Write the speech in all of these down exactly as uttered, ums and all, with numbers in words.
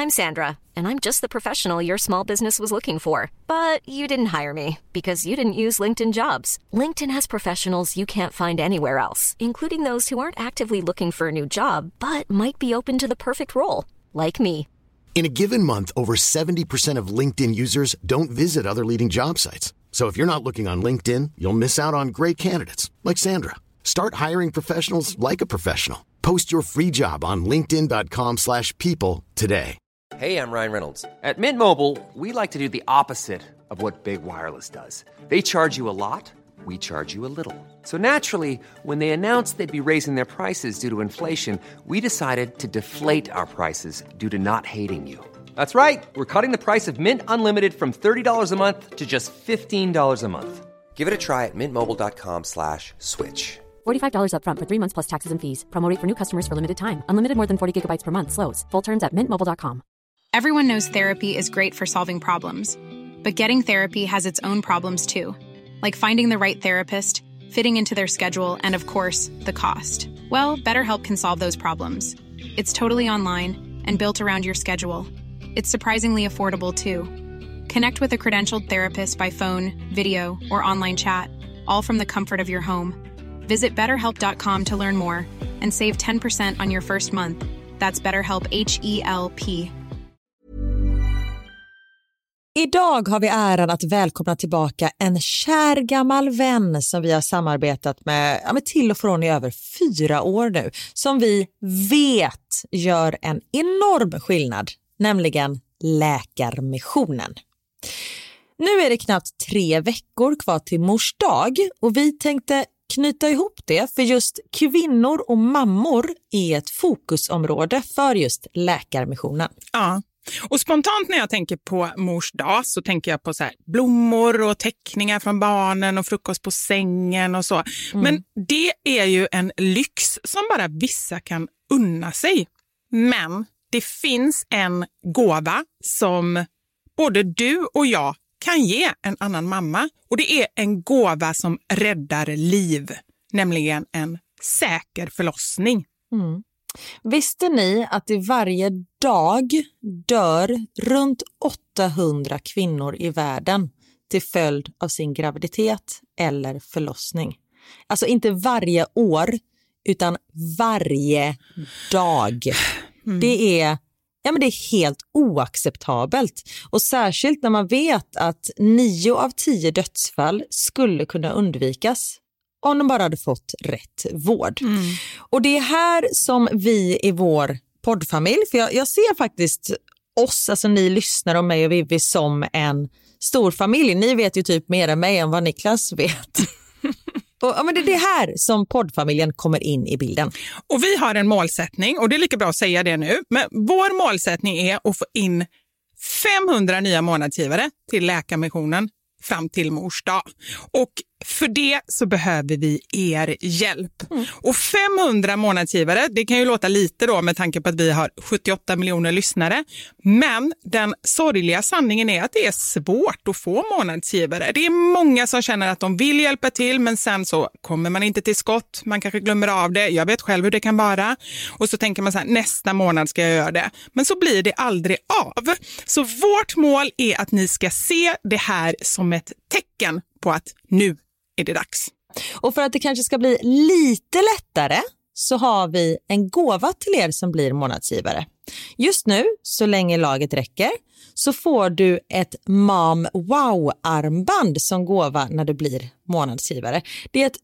I'm Sandra, and I'm just the professional your small business was looking for. But you didn't hire me because you didn't use LinkedIn Jobs. LinkedIn has professionals you can't find anywhere else, including those who aren't actively looking for a new job, but might be open to the perfect role, like me. In a given month, over seventy percent of LinkedIn users don't visit other leading job sites. So if you're not looking on LinkedIn, you'll miss out on great candidates like Sandra. Start hiring professionals like a professional. Post your free job on linkedin dot com slash people today. Hey, I'm Ryan Reynolds. At Mint Mobile, we like to do the opposite of what Big Wireless does. They charge you a lot, we charge you a little. So naturally, when they announced they'd be raising their prices due to inflation, we decided to deflate our prices due to not hating you. That's right. We're cutting the price of Mint Unlimited from thirty dollars a month to just fifteen dollars a month. Give it a try at mintmobile.com slash switch. forty-five dollars up front for three months plus taxes and fees. Promo rate for new customers for limited time. Unlimited more than forty gigabytes per month. Slows full terms at mint mobile dot com. Everyone knows therapy is great for solving problems. But getting therapy has its own problems too. Like finding the right therapist, fitting into their schedule, and of course, the cost. Well, BetterHelp can solve those problems. It's totally online and built around your schedule. It's surprisingly affordable too. Connect with a credentialed therapist by phone, video, or online chat, all from the comfort of your home. Visit better help dot com to learn more and save ten percent on your first month. That's BetterHelp, H E L P. Idag har vi äran att välkomna tillbaka en kär gammal vän som vi har samarbetat med, ja, med till och från i över fyra år nu. Som vi vet gör en enorm skillnad, nämligen Läkarmissionen. Nu är det knappt tre veckor kvar till Mors dag och vi tänkte knyta ihop det, för just kvinnor och mammor är ett fokusområde för just Läkarmissionen. Ja. Och spontant när jag tänker på Mors dag så tänker jag på så här blommor och teckningar från barnen och frukost på sängen och så. Mm. Men det är ju en lyx som bara vissa kan unna sig. Men det finns en gåva som både du och jag kan ge en annan mamma. Och det är en gåva som räddar liv, nämligen en säker förlossning. Mm. Visste ni att det varje dag dör runt åttahundra kvinnor i världen till följd av sin graviditet eller förlossning? Alltså inte varje år, utan varje dag. Mm. Det är, ja, men det är helt oacceptabelt. Och särskilt när man vet att nio av tio dödsfall skulle kunna undvikas om de bara hade fått rätt vård. Mm. Och det är här som vi i vår poddfamilj, för jag, jag ser faktiskt oss, alltså ni lyssnar om mig och Vivi, som en stor familj. Ni vet ju typ mer än mig än vad Niklas vet. Och, ja, men det är det här som poddfamiljen kommer in i bilden. Och vi har en målsättning, och det är lika bra att säga det nu. Men vår målsättning är att få in femhundra nya månadsgivare till Läkarmissionen fram till Mors dag. Och för det så behöver vi er hjälp. Mm. Och femhundra månadsgivare, det kan ju låta lite då med tanke på att vi har sjuttioåtta miljoner lyssnare. Men den sorgliga sanningen är att det är svårt att få månadsgivare. Det är många som känner att de vill hjälpa till, men sen så kommer man inte till skott. Man kanske glömmer av det. Jag vet själv hur det kan vara. Och så tänker man så här, nästa månad ska jag göra det. Men så blir det aldrig av. Så vårt mål är att ni ska se det här som ett tecken på att nu är det dags. Och för att det kanske ska bli lite lättare så har vi en gåva till er som blir månadsgivare. Just nu, så länge laget räcker, så får du ett Mom Wow-armband som gåva när du blir månadsgivare. Det är ett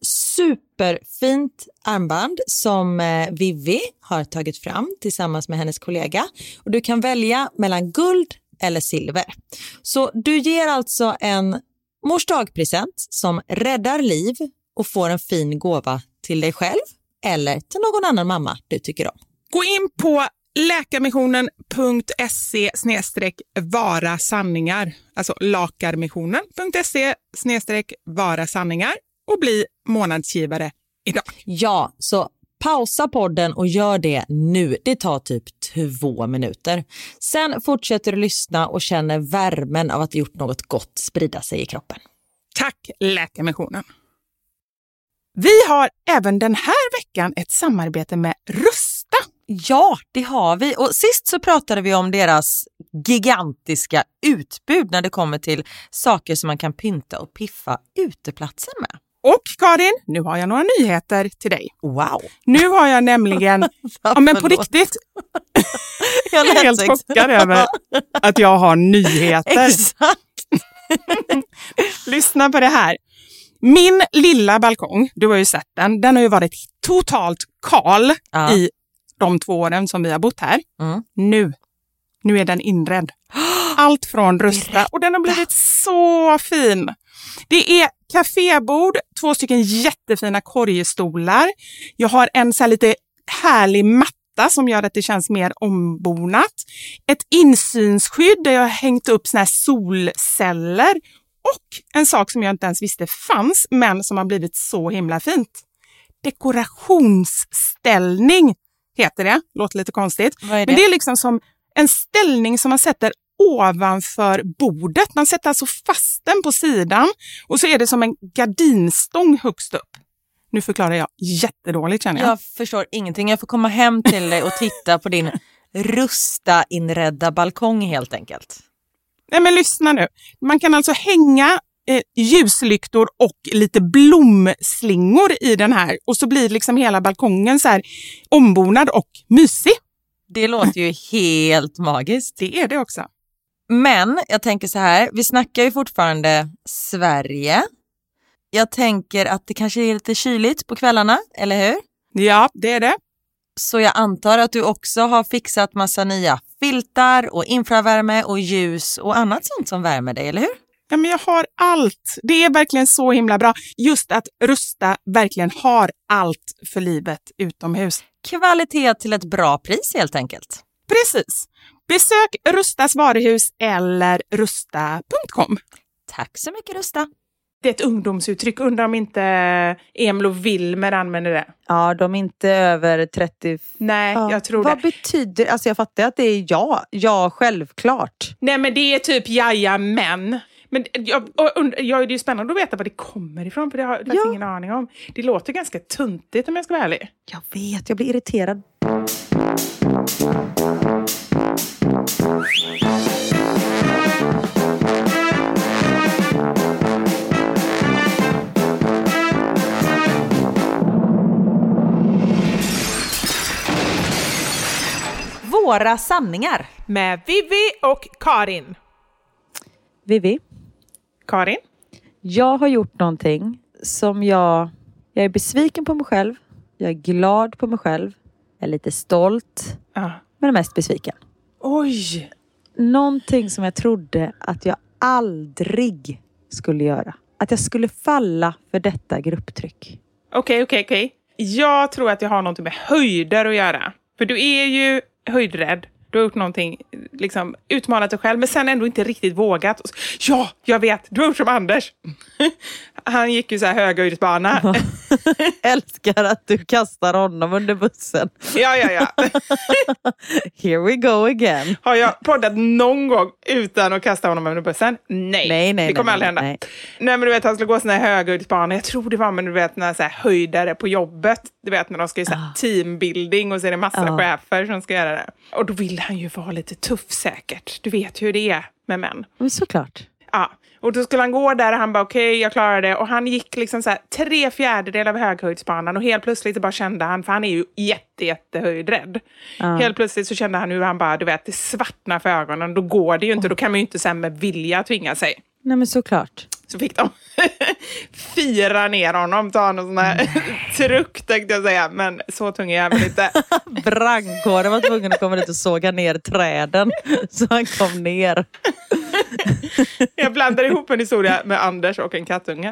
superfint armband som Vivi har tagit fram tillsammans med hennes kollega. Och du kan välja mellan guld eller silver. Så du ger alltså en Mors dagpresent som räddar liv och får en fin gåva till dig själv eller till någon annan mamma du tycker om. Gå in på läkarmissionen punkt se snedstreck vara sanningar, alltså lakarmissionen punkt se snedstreck vara sanningar och bli månadsgivare idag. Ja, så pausa podden och gör det nu. Det tar typ två minuter. Sen fortsätter du lyssna och känner värmen av att vi gjort något gott sprida sig i kroppen. Tack Läkarmissionen. Vi har även den här veckan ett samarbete med Rusta. Ja, det har vi. Och sist så pratade vi om deras gigantiska utbud när det kommer till saker som man kan pynta och piffa uteplatser med. Och Karin, nu har jag några nyheter till dig. Wow. Nu har jag nämligen, ja men på riktigt, jag är helt chockad över att jag har nyheter. Exakt. Lyssna på det här. Min lilla balkong, du har ju sett den, den har ju varit totalt kal ja. i de två åren som vi har bott här. Mm. Nu, nu är den inredd. Allt från Rusta och den har blivit så fin. Det är kafébord, två stycken jättefina korgstolar. Jag har en så här lite härlig matta som gör att det känns mer ombonat. Ett insynsskydd där jag har hängt upp såna här solceller. Och en sak som jag inte ens visste fanns, men som har blivit så himla fint. Dekorationsställning heter det. Låter lite konstigt. Vad är det? Men det är liksom som en ställning som man sätter ovanför bordet. Man sätter alltså fast den på sidan och så är det som en gardinstång högst upp. Nu förklarar jag jättedåligt känner jag. Jag förstår ingenting. Jag får komma hem till dig och titta på din Rusta inredda balkong helt enkelt. Nej men lyssna nu. Man kan alltså hänga eh, ljuslyktor och lite blomslingor i den här. Och så blir liksom hela balkongen så här ombonad och mysig. Det låter ju helt magiskt. Det är det också. Men jag tänker så här, vi snackar ju fortfarande Sverige. Jag tänker att det kanske är lite kyligt på kvällarna, eller hur? Ja, det är det. Så jag antar att du också har fixat massa nya filtar och infravärme och ljus och annat sånt som värmer dig, eller hur? Ja, men jag har allt. Det är verkligen så himla bra. Just att Rusta verkligen har allt för livet utomhus. Kvalitet till ett bra pris helt enkelt. Precis. Besök Rustas varuhus eller rusta punkt com. Tack så mycket Rusta. Det är ett ungdomsuttryck. Undrar om inte Emil och Wilmer använder det. Ja, de är inte över trettio. Nej, ja. jag tror Vad det. Vad betyder, alltså jag fattar att det är ja. Ja, självklart. Nej, men det är typ jaja, men. Men jag, och, jag, det är ju spännande att veta var det kommer ifrån. För det har jag ja. ingen aning om. Det låter ganska tuntigt om jag ska vara ärlig. Jag vet, jag blir irriterad. Våra sanningar. Med Vivi och Karin. Vivi. Karin. Jag har gjort någonting som jag... Jag är besviken på mig själv. Jag är glad på mig själv. Jag är lite stolt. Ah. Men är mest besviken. Oj. Någonting som jag trodde att jag aldrig skulle göra. Att jag skulle falla för detta grupptryck. Okej, okej, okej. Jag tror att jag har någonting med höjder att göra. För du är ju höjdrädd. Du har gjort någonting, liksom utmanat dig själv, men sen ändå inte riktigt vågat. Ja, jag vet. Du har gjort som Anders. Han gick ju så här höghöjdsbana. Älskar att du kastar honom under bussen. Ja, ja, ja. Here we go again. Har jag poddat någon gång utan att kasta honom under bussen? Nej, nej, nej det kommer nej, aldrig hända. Nej. nej, men du vet, han skulle gå såna här höghöjdsbana. Jag tror det var, men du vet, när så här höjdare på jobbet. Du vet, när de ska göra ah. teambuilding och så är det massa ah. chefer som ska göra det. Och då vill han ju vara lite tuff säkert. Du vet hur det är med män. Men såklart. Ja, och då skulle han gå där och han bara okej, okay, jag klarar det. Och han gick liksom så här tre fjärdedelar av höghöjdsbanan och helt plötsligt så bara kände han, för han är ju jätte, jätte höjdrädd. Uh. Helt plötsligt så kände han hur han bara, du vet, det svartnar för ögonen. Då går det ju inte, oh. då kan man ju inte sen med vilja tvinga sig. Nej, men såklart. Så fick de fira ner honom, ta honom sån här truck tänkte jag säga, men så tung är jag väl inte. Brandkåren var tvungen att komma dit och såga ner träden så han kom ner. Jag blandar ihop en historia med Anders och en kattunge.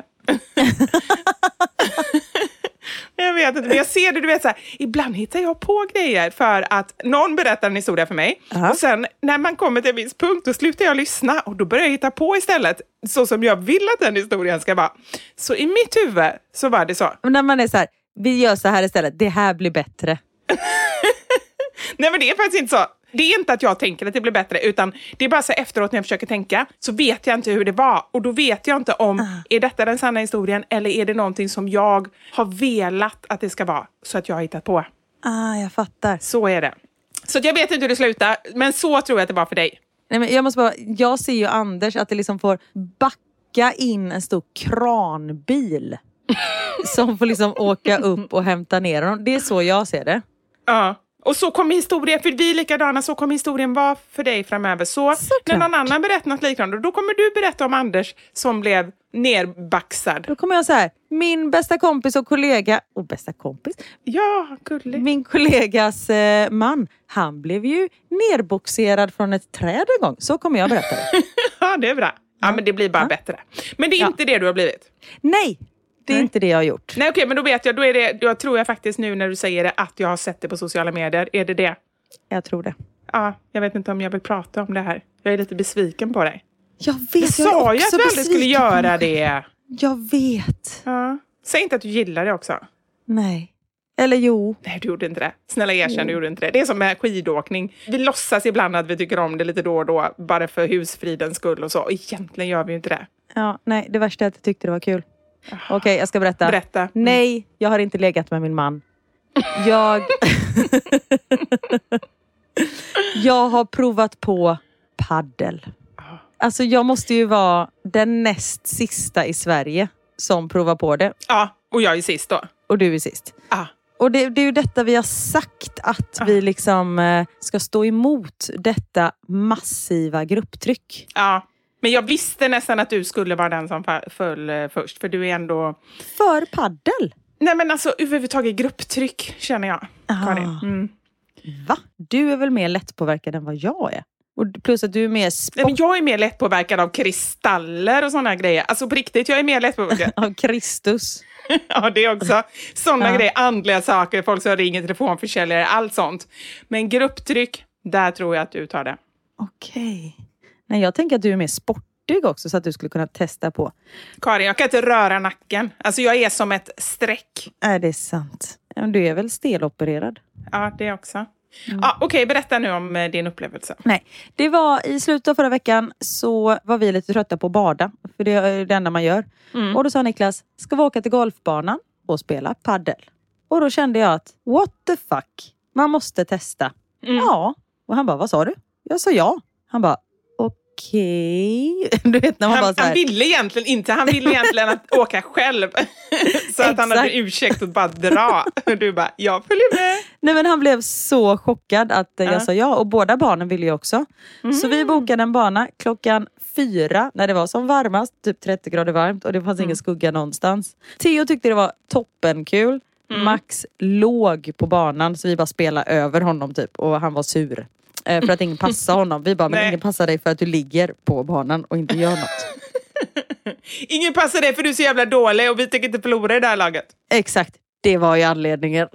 Jag vet inte, men jag ser det, du vet så här, ibland hittar jag på grejer för att någon berättar en historia för mig. Uh-huh. Och sen när man kommer till en viss punkt då slutar jag lyssna och då börjar jag hitta på istället så som jag vill att den historien ska vara. Så i mitt huvud så var det så. Och när man är så här, vi gör så här istället, det här blir bättre. Nej, men det är faktiskt inte så. Det är inte att jag tänker att det blir bättre, utan det är bara så efteråt när jag försöker tänka så vet jag inte hur det var. Och då vet jag inte om, uh. är detta den sanna historien eller är det någonting som jag har velat att det ska vara så att jag har hittat på. Ah, jag fattar. Så är det. Så jag vet inte hur det slutar, men så tror jag att det var för dig. Nej, men jag måste bara, jag ser ju Anders att det liksom får backa in en stor kranbil som får liksom åka upp och hämta ner honom. Det är så jag ser det. Ja, och så kommer historien, för vi är likadana, så kommer historien vara för dig framöver. Så Såklart. när någon annan berättar något liknande, då kommer du berätta om Anders som blev nerbaxad. Då kommer jag så här, min bästa kompis och kollega, och bästa kompis, Ja, gulligt. min kollegas eh, man, han blev ju nerboxerad från ett träd en gång. Så kommer jag berätta det. Ja, det är bra. Ja, men det blir bara Ja. bättre. Men det är Ja. inte det du har blivit. Nej, det är Nej. inte det jag har gjort. Nej, okej, men då vet jag. Då är det, jag tror jag faktiskt nu när du säger det att jag har sett det på sociala medier. Är det det? Jag tror det. Ja, jag vet inte om jag vill prata om det här. Jag är lite besviken på dig. Jag vet, Jag jag sa är ju att också du aldrig skulle besviken på mig göra själv. det. Jag vet. Ja. Säg inte att du gillar det också. Nej. Eller jo. Nej, du gjorde inte det. Snälla erkänn, du gjorde inte det. Det är som med skidåkning. Vi låtsas ibland att vi tycker om det lite då och då. Bara för husfridens skull och så. Och egentligen gör vi ju inte det. Ja, nej, det värsta är att jag tyckte det var kul. Okej, jag ska berätta. Berätta. Mm. Nej, jag har inte legat med min man. Jag... jag har provat på paddel. Alltså jag måste ju vara den näst sista i Sverige som provar på det. Ja, och jag är sist då. Och du är sist. Ja. Och det, det är ju detta vi har sagt, att vi liksom eh, ska stå emot detta massiva grupptryck. Ja. Men jag visste nästan att du skulle vara den som fa- föll eh, först. För du är ändå... För paddel. Nej, men alltså överhuvudtaget grupptryck känner jag. Karin. Mm. Va? Du är väl mer lättpåverkad än vad jag är? Och plus att du är mer sport Nej, men jag är mer lättpåverkad av kristaller och sådana grejer. Alltså på riktigt, jag är mer lättpåverkad. av Kristus. Ja, det är också sådana Ja. grejer. Andliga saker, folk som ringer, telefonförsäljare, allt sånt. Men grupptryck, där tror jag att du tar det. Okej. Nej, jag tänker att du är mer sportig också, så att du skulle kunna testa på. Karin, jag kan inte röra nacken. Alltså jag är som ett streck. Är det sant? Men du är väl stelopererad? Ja, det också. Ja, okej, berätta nu om eh, din upplevelse. Nej, det var i slutet av förra veckan så var vi lite trötta på att bada. För det är det enda man gör. Mm. Och då sa Niklas, ska vi åka till golfbanan och spela paddel? Och då kände jag att, what the fuck? Man måste testa. Mm. Ja. Och han bara, vad sa du? Jag sa ja. Han bara, okej. Du vet när man bara Han, så här, han ville egentligen inte. Han ville egentligen att åka själv. Så att han hade Exakt. ursäkt att bara dra. Och du bara, jag följer med. Nej, men han blev så chockad att eh, Ja. jag sa ja. Och båda barnen ville ju också. Så vi bokade en bana klockan fyra. När det var som varmast. Typ trettio grader varmt. Och det fanns ingen skugga någonstans. Theo tyckte det var toppenkul. Max låg på banan. Så vi bara spelade över honom typ. Och han var sur. Eh, för att ingen passade honom. Vi bara, men Nej. ingen passar dig för att du ligger på banan och inte gör något. Ingen passar dig för du är så jävla dålig. Och vi tänker inte förlora i det här laget. Exakt. Det var ju anledningen.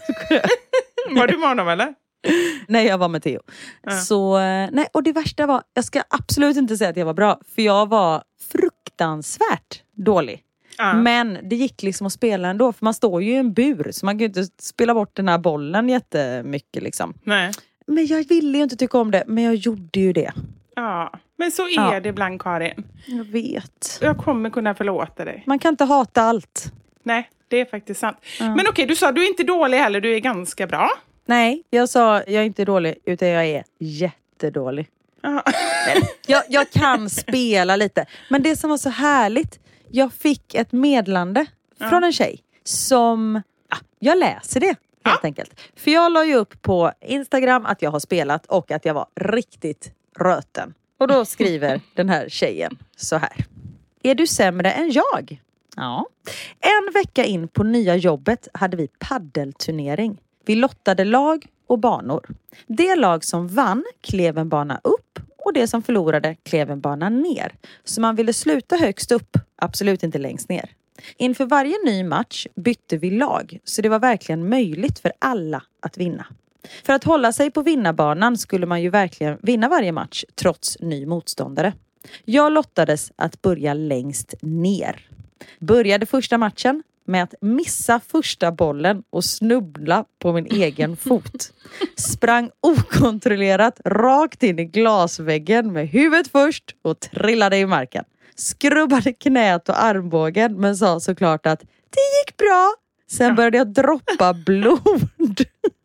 Var du med honom eller? Nej, jag var med Theo. Så, eh, nej, och det värsta var, jag ska absolut inte säga att jag var bra. För jag var fruktansvärt dålig. Ja. Men det gick liksom att spela ändå. För man står ju i en bur. Så man kan ju inte spela bort den här bollen jättemycket liksom. Nej. Men jag ville ju inte tycka om det. Men jag gjorde ju det. Ja, men så är Ja. det ibland, Karin. Jag vet. Jag kommer kunna förlåta dig. Man kan inte hata allt. Nej, det är faktiskt sant. Men okej, du sa du är inte dålig heller. Du är ganska bra. Nej, jag sa jag är inte dålig. Utan jag är jättedålig. Ja. Jag, jag kan spela lite. Men det som var så härligt. Jag fick ett meddelande från en tjej. Som, ja, jag läser det helt enkelt. För jag la ju upp på Instagram att jag har spelat. Och att jag var riktigt röten. Och då skriver den här tjejen så här. Är du sämre än jag? Ja. En vecka in på nya jobbet hade vi paddelturnering. Vi lottade lag och banor. Det lag som vann klev en bana upp och det som förlorade klev en bana ner. Så man ville sluta högst upp, absolut inte längst ner. Inför varje ny match bytte vi lag, så det var verkligen möjligt för alla att vinna. För att hålla sig på vinnarbanan skulle man ju verkligen vinna varje match trots ny motståndare. Jag lottades att börja längst ner. Började första matchen med att missa första bollen och snubbla på min egen fot. Sprang okontrollerat rakt in i glasväggen med huvudet först och trillade i marken. Skrubbade knät och armbågen men sa såklart att det gick bra. Sen började jag droppa blod.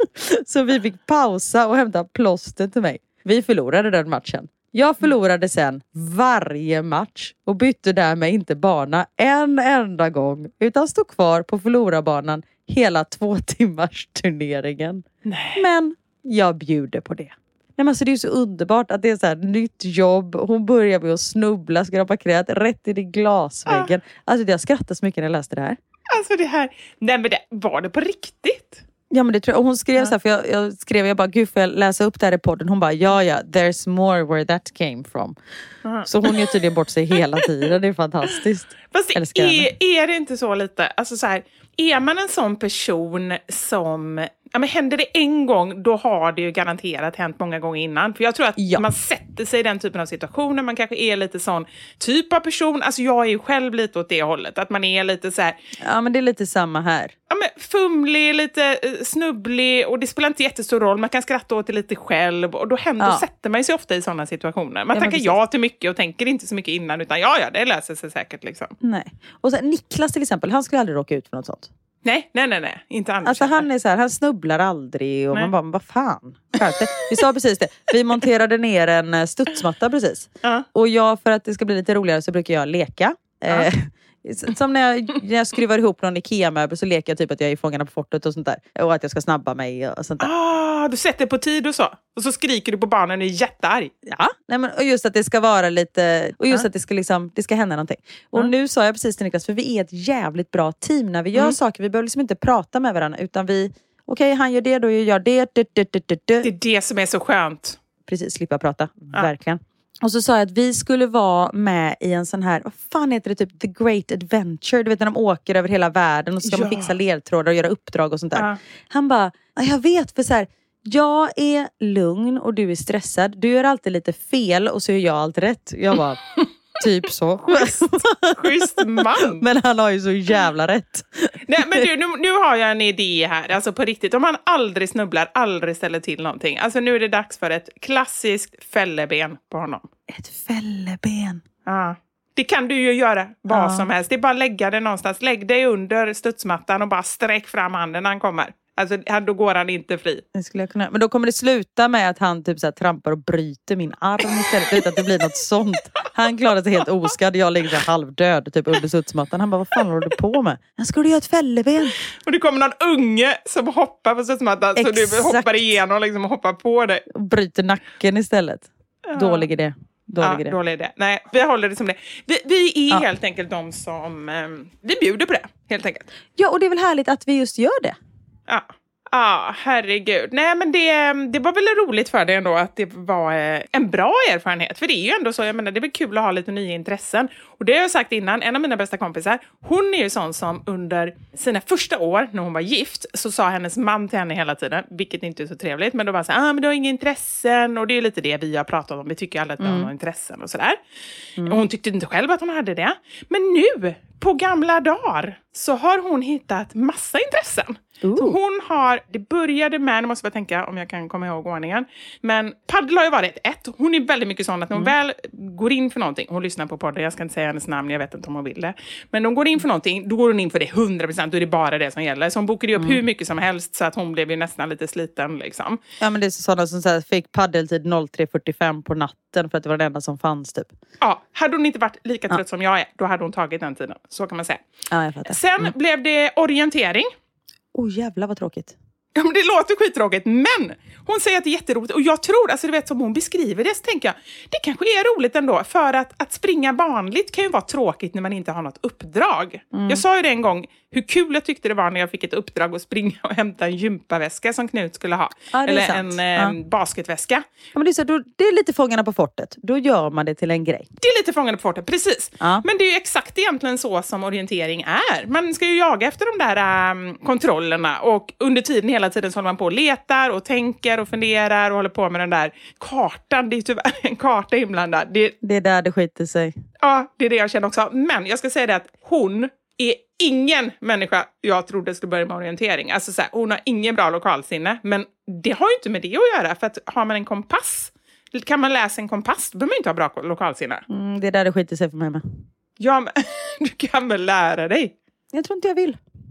Så vi fick pausa och hämta plåster till mig. Vi förlorade den matchen. Jag förlorade sen varje match och bytte därmed inte bana en enda gång. Utan stod kvar på förlorarbanan hela två timmars turneringen. Nej. Men jag bjuder på det. Nej, men alltså det är så underbart att det är så här nytt jobb. Hon börjar med att snubbla, skrapa krät rätt in i glasväggen. Ah. Alltså jag skrattade så mycket när jag läste det här. Alltså det här, nej men det, var det på riktigt? Ja men det tror jag. Och hon skrev ja. så här, för jag, jag skrev, jag bara, gud får jag läsa upp det här i podden? Hon bara, ja ja, there's more where that came from. Uh-huh. Så hon gör tydligen bort sig hela tiden, det är fantastiskt. Fast är, är det inte så lite, alltså så här, är man en sån person som, ja men händer det en gång, då har det ju garanterat hänt många gånger innan. För jag tror att ja. man sätter sig i den typen av situationer, man kanske är lite sån typ av person, alltså jag är ju själv lite åt det hållet, att man är lite så här. Ja men det är lite samma här. Ja men fumlig, lite uh, snubblig, och det spelar inte jättestor roll, man kan skratta åt det lite själv, och då händer, ja. då sätter man sig ofta i sådana situationer. Man ja, tackar ja till mycket och tänker inte så mycket innan, utan ja ja, det löser sig säkert liksom. Nej. Och så Niklas till exempel, han skulle aldrig råka ut för något sånt. Nej, nej, nej, nej. Inte annars. Alltså han är så här, han snubblar aldrig och nej. man bara, men vad fan? Vi sa precis det. Vi monterade ner en studsmatta precis. Uh. Och jag, för att det ska bli lite roligare, så brukar jag leka. Uh. Eh, som när jag, när jag skruvar ihop någon Ikea-möbel så leker jag typ att jag är i Fångarna på fortet och sånt där. Och att jag ska snabba mig och sånt där. Ah, du sätter på tid och så. Och så skriker du på barnen och är jättearg. Ja, nej men, och just att det ska vara lite, och just uh. att det ska liksom, det ska hända någonting. Och uh. nu sa jag precis till Niklas, för vi är ett jävligt bra team när vi gör mm. saker. Vi behöver liksom inte prata med varandra, utan vi, okej, okay, han gör det, då gör jag det. Det, det, det, det. Det är det som är så skönt. Precis, slippa prata, uh. verkligen. Och så sa jag att vi skulle vara med i en sån här, vad fan heter det, typ The Great Adventure. Du vet när de åker över hela världen och så ska ja. man fixa ledtrådar och göra uppdrag och sånt där. Ja. Han bara, jag vet, för så här, jag är lugn och du är stressad. Du gör alltid lite fel och så gör jag allt rätt. Jag bara, typ så. Schysst, schysst man. Men han har ju så jävla rätt. Nej, men du, nu, nu har jag en idé här. Alltså på riktigt, om han aldrig snubblar, aldrig ställer till någonting. Alltså nu är det dags för ett klassiskt fälleben på honom. Ett fälleben? Ja. Det kan du ju göra vad ja. som helst. Det är bara att lägga det någonstans. Lägg dig under studsmattan och bara sträck fram handen när han kommer. Alltså då går han inte fri. Det skulle jag kunna. Men då kommer det sluta med att han typ så här trampar och bryter min arm istället. Utan att det blir något sånt. Han klarar sig helt oskadd. Jag ligger så halvdöd typ under studsmattan. Han bara, vad fan håller du på med? Jag skulle göra ett fälleben. Och det kommer någon unge som hoppar på studsmattan. Exakt. Så du hoppar igenom liksom, och hoppar på dig. Och bryter nacken istället. Ja. Dålig idé. Dålig ja, idé. dålig idé. Nej, vi håller det som det. Vi, vi är ja. helt enkelt de som... Um, vi bjuder på det, helt enkelt. Ja, och det är väl härligt att vi just gör det. Ja, ah, herregud. Nej, men det, det var väl roligt för dig ändå att det var en bra erfarenhet. För det är ju ändå så, jag menar, det är väl kul att ha lite nya intressen. Och det har jag sagt innan, en av mina bästa kompisar, hon är ju sån som under sina första år när hon var gift, så sa hennes man till henne hela tiden, vilket inte är så trevligt, men då var så här, ah, men du har inga intressen. Och det är lite det vi har pratat om, vi tycker alla att vi har några intressen och sådär. Mm. Och hon tyckte inte själv att hon hade det. Men nu, på gamla dagar, så har hon hittat massa intressen. Uh. Så hon har, det började med, nu måste jag tänka om jag kan komma ihåg ordningen. Men paddel har ju varit ett. Hon är väldigt mycket sån att när hon mm. väl går in för någonting, hon lyssnar på podden, jag ska inte säga hennes namn, jag vet inte om hon vill det. Men när hon går in för någonting, då går hon in för det hundra procent, då är det bara det som gäller. Så hon bokade ju upp mm. hur mycket som helst, så att hon blev ju nästan lite sliten liksom. Ja, men det är sådana som så här, fick paddeltid tre fyrtiofem på natten för att det var det enda som fanns typ. Ja, hade hon inte varit lika trött ja. som jag är, då hade hon tagit den tiden. Så kan man säga. Ja, jag fattar. Sen mm. blev det orientering. Åh oh, jävlar vad tråkigt. Ja, men det låter skittråkigt, men hon säger att det är jätteroligt. Och jag tror, alltså du vet som hon beskriver det, så tänker jag, det kanske är roligt ändå. För att, att springa vanligt kan ju vara tråkigt när man inte har något uppdrag. Mm. Jag sa ju det en gång, hur kul jag tyckte det var när jag fick ett uppdrag att springa och hämta en gympaväska som Knut skulle ha. Ja, eller sant. en eh, ja. basketväska. Ja, men det, är så, då, det är lite Fångarna på fortet. Då gör man det till en grej. Det är lite Fångarna på fortet, precis. Ja. Men det är ju exakt egentligen så som orientering är. Man ska ju jaga efter de där um, kontrollerna. Och under tiden, hela tiden, så håller man på och letar och tänker och funderar och håller på med den där kartan. Det är tyvärr en karta inblandad. Det, det är där det skiter sig. Ja, det är det jag känner också. Men jag ska säga det att hon är ingen människa jag trodde skulle börja med orientering. Alltså så här, hon har ingen bra lokalsinne. Men det har ju inte med det att göra. För att har man en kompass, kan man läsa en kompass, då behöver man inte ha bra lokalsinne. Mm, det är där det skiter sig för mig med. Ja, men du kan väl lära dig? Jag tror inte jag vill.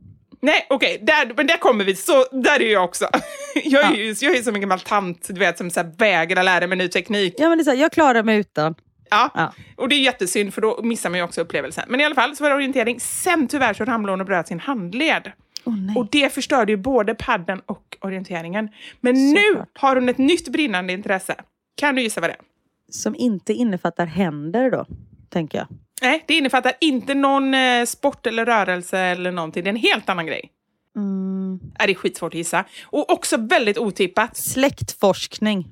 Nej, okej, okay. där, men där kommer vi. Så där är jag också. Jag är ja. ju jag är som en gammal tant, du vet, som så här vägrar lära mig ny teknik. Ja, men det är så här, jag klarar mig utan. Ja. ja, och det är jättesynd för då missar man ju också upplevelsen. Men i alla fall så var det orientering. Sen tyvärr så ramlade hon och bröt sin handled. Oh, och det förstörde ju både padden och orienteringen. Men så nu klart. Har hon ett nytt brinnande intresse. Kan du gissa vad det är? Som inte innefattar händer då, tänker jag. Nej, det innefattar inte någon eh, sport eller rörelse eller någonting. Det är en helt annan grej. Mm. Är det skitsvårt att gissa. Och också väldigt otippat. Släktforskning.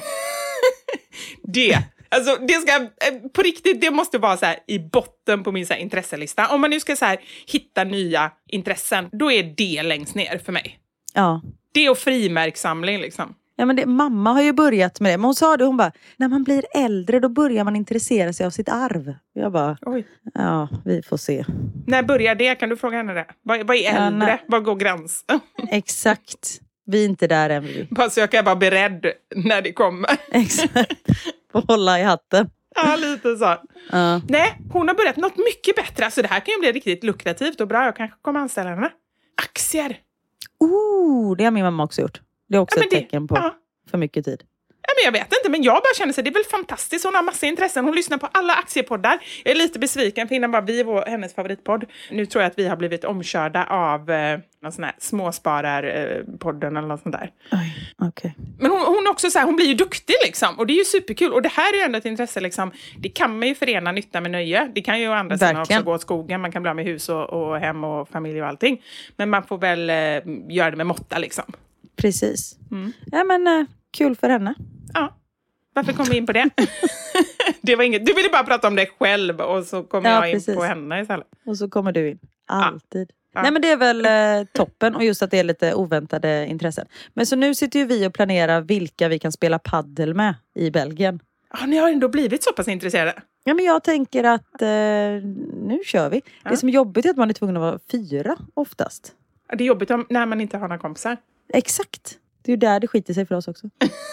det. Alltså, det ska, på riktigt, det måste vara så här i botten på min så här intresselista. Om man nu ska så här hitta nya intressen, då är det längst ner för mig. Ja. Det och frimärkssamling liksom. Ja, men det, mamma har ju börjat med det. Men hon sa det, hon bara, när man blir äldre då börjar man intressera sig av sitt arv. Jag bara, oj. Ja, vi får se. När börjar det? Kan du fråga henne det? Vad, vad är äldre? Ja, vad går gränsen? Exakt. Vi är inte där än. Vi. Bara så jag kan vara beredd när det kommer. Exakt. Få hålla i hatten. Ja, lite så. Uh. Nej, hon har börjat något mycket bättre. Alltså det här kan ju bli riktigt lukrativt och bra. Jag kanske kommer anställa henne. Aktier. Oh, det har min mamma också gjort. Det är också ja, ett det, tecken på ja. för mycket tid. Ja, men jag vet inte, men jag bara känner sig, det är väl fantastiskt. Hon har massa intressen. Hon lyssnar på alla aktiepoddar. Jag är lite besviken för innan var vi vår, hennes favoritpodd. Nu tror jag att vi har blivit omkörda av eh, någon sån här småspararpodden eller något sånt där. Oj, okej. Okay. Men hon, hon också så här, hon blir ju duktig liksom. Och det är ju superkul. Och det här är ju ändå ett intresse liksom. Det kan man ju förena nytta med nöje. Det kan ju å andra sidan också gå åt skogen. Man kan bli av med hus och, och hem och familj och allting. Men man får väl eh, göra det med måtta liksom. Precis. Mm. Ja, men eh, kul för henne. Ja. Varför kom vi in på det? det var inget. Du ville bara prata om dig själv och så kommer ja, jag in precis. På henne istället. Och så kommer du in. Alltid. Ja. Nej, men det är väl eh, toppen och just att det är lite oväntade intressen. Men så nu sitter ju vi och planerar vilka vi kan spela paddel med i Belgien. Ja, ni har ändå blivit så pass intresserade. Ja, men jag tänker att eh, nu kör vi. Ja. Det som är jobbigt är att man är tvungen att vara fyra oftast. Ja, det är jobbigt om, när man inte har några kompisar. Exakt. Det är ju där det skiter sig för oss också.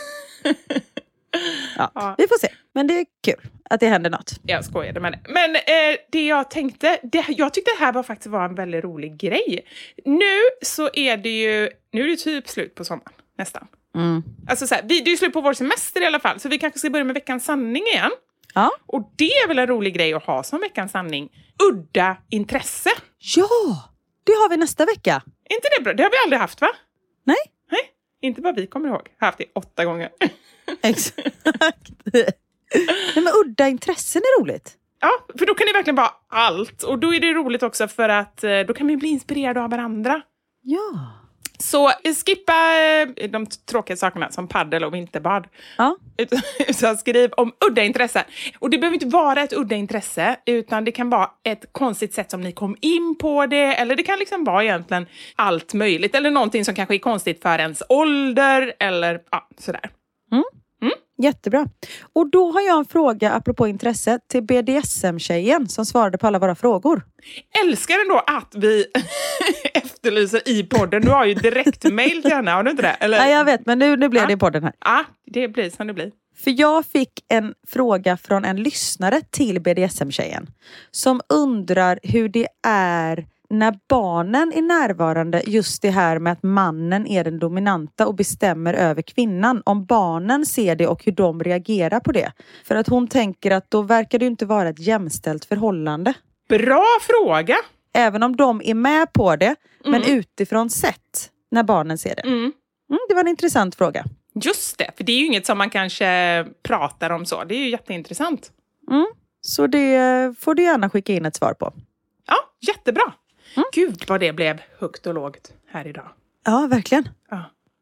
Ja, ja, vi får se. Men det är kul att det händer något. Jag skojade med det. Men eh, det jag tänkte, det, jag tyckte det här var faktiskt var en väldigt rolig grej. Nu så är det ju, nu är det typ slut på sommaren, nästan. Mm. Alltså så här, vi, det är ju slut på vår semester i alla fall. Så vi kanske ska börja med veckans sanning igen. Ja. Och det är väl en rolig grej att ha som veckans sanning. Udda intresse. Ja, det har vi nästa vecka. Är inte det bra? Det har vi aldrig haft, va? Nej. Nej, inte vad vi kommer ihåg. Jag har haft det åtta gånger. Exakt. Nej, men udda intressen är roligt. Ja, för då kan det verkligen vara allt. Och då är det roligt också för att då kan man bli inspirerad av varandra. Ja. Så skippa de tråkiga sakerna som paddel och vinterbad. Ja. Utan skriv om udda intresse. Och det behöver inte vara ett udda intresse, utan det kan vara ett konstigt sätt som ni kom in på det. Eller det kan liksom vara egentligen allt möjligt. Eller någonting som kanske är konstigt för ens ålder. Eller ja, sådär. Mm. Mm. Jättebra. Och då har jag en fråga apropå intresse till B D S M-tjejen som svarade på alla våra frågor. Älskar ändå att vi efterlyser i podden. Du har ju direkt mail till henne, har du inte det? Eller? Nej, jag vet, men nu, nu blev ja. det i podden här. Ja, det blir som det blir. För jag fick en fråga från en lyssnare till B D S M-tjejen som undrar hur det är när barnen är närvarande, just det här med att mannen är den dominanta och bestämmer över kvinnan. Om barnen ser det och hur de reagerar på det. För att hon tänker att då verkar det inte vara ett jämställt förhållande. Bra fråga! Även om de är med på det, mm. men utifrån sett när barnen ser det. Mm. Mm, det var en intressant fråga. Just det, för det är ju inget som man kanske pratar om så. Det är ju jätteintressant. Mm. Så det får du gärna skicka in ett svar på. Ja, jättebra. Mm. Gud vad det blev högt och lågt här idag. Ja, verkligen. Ja.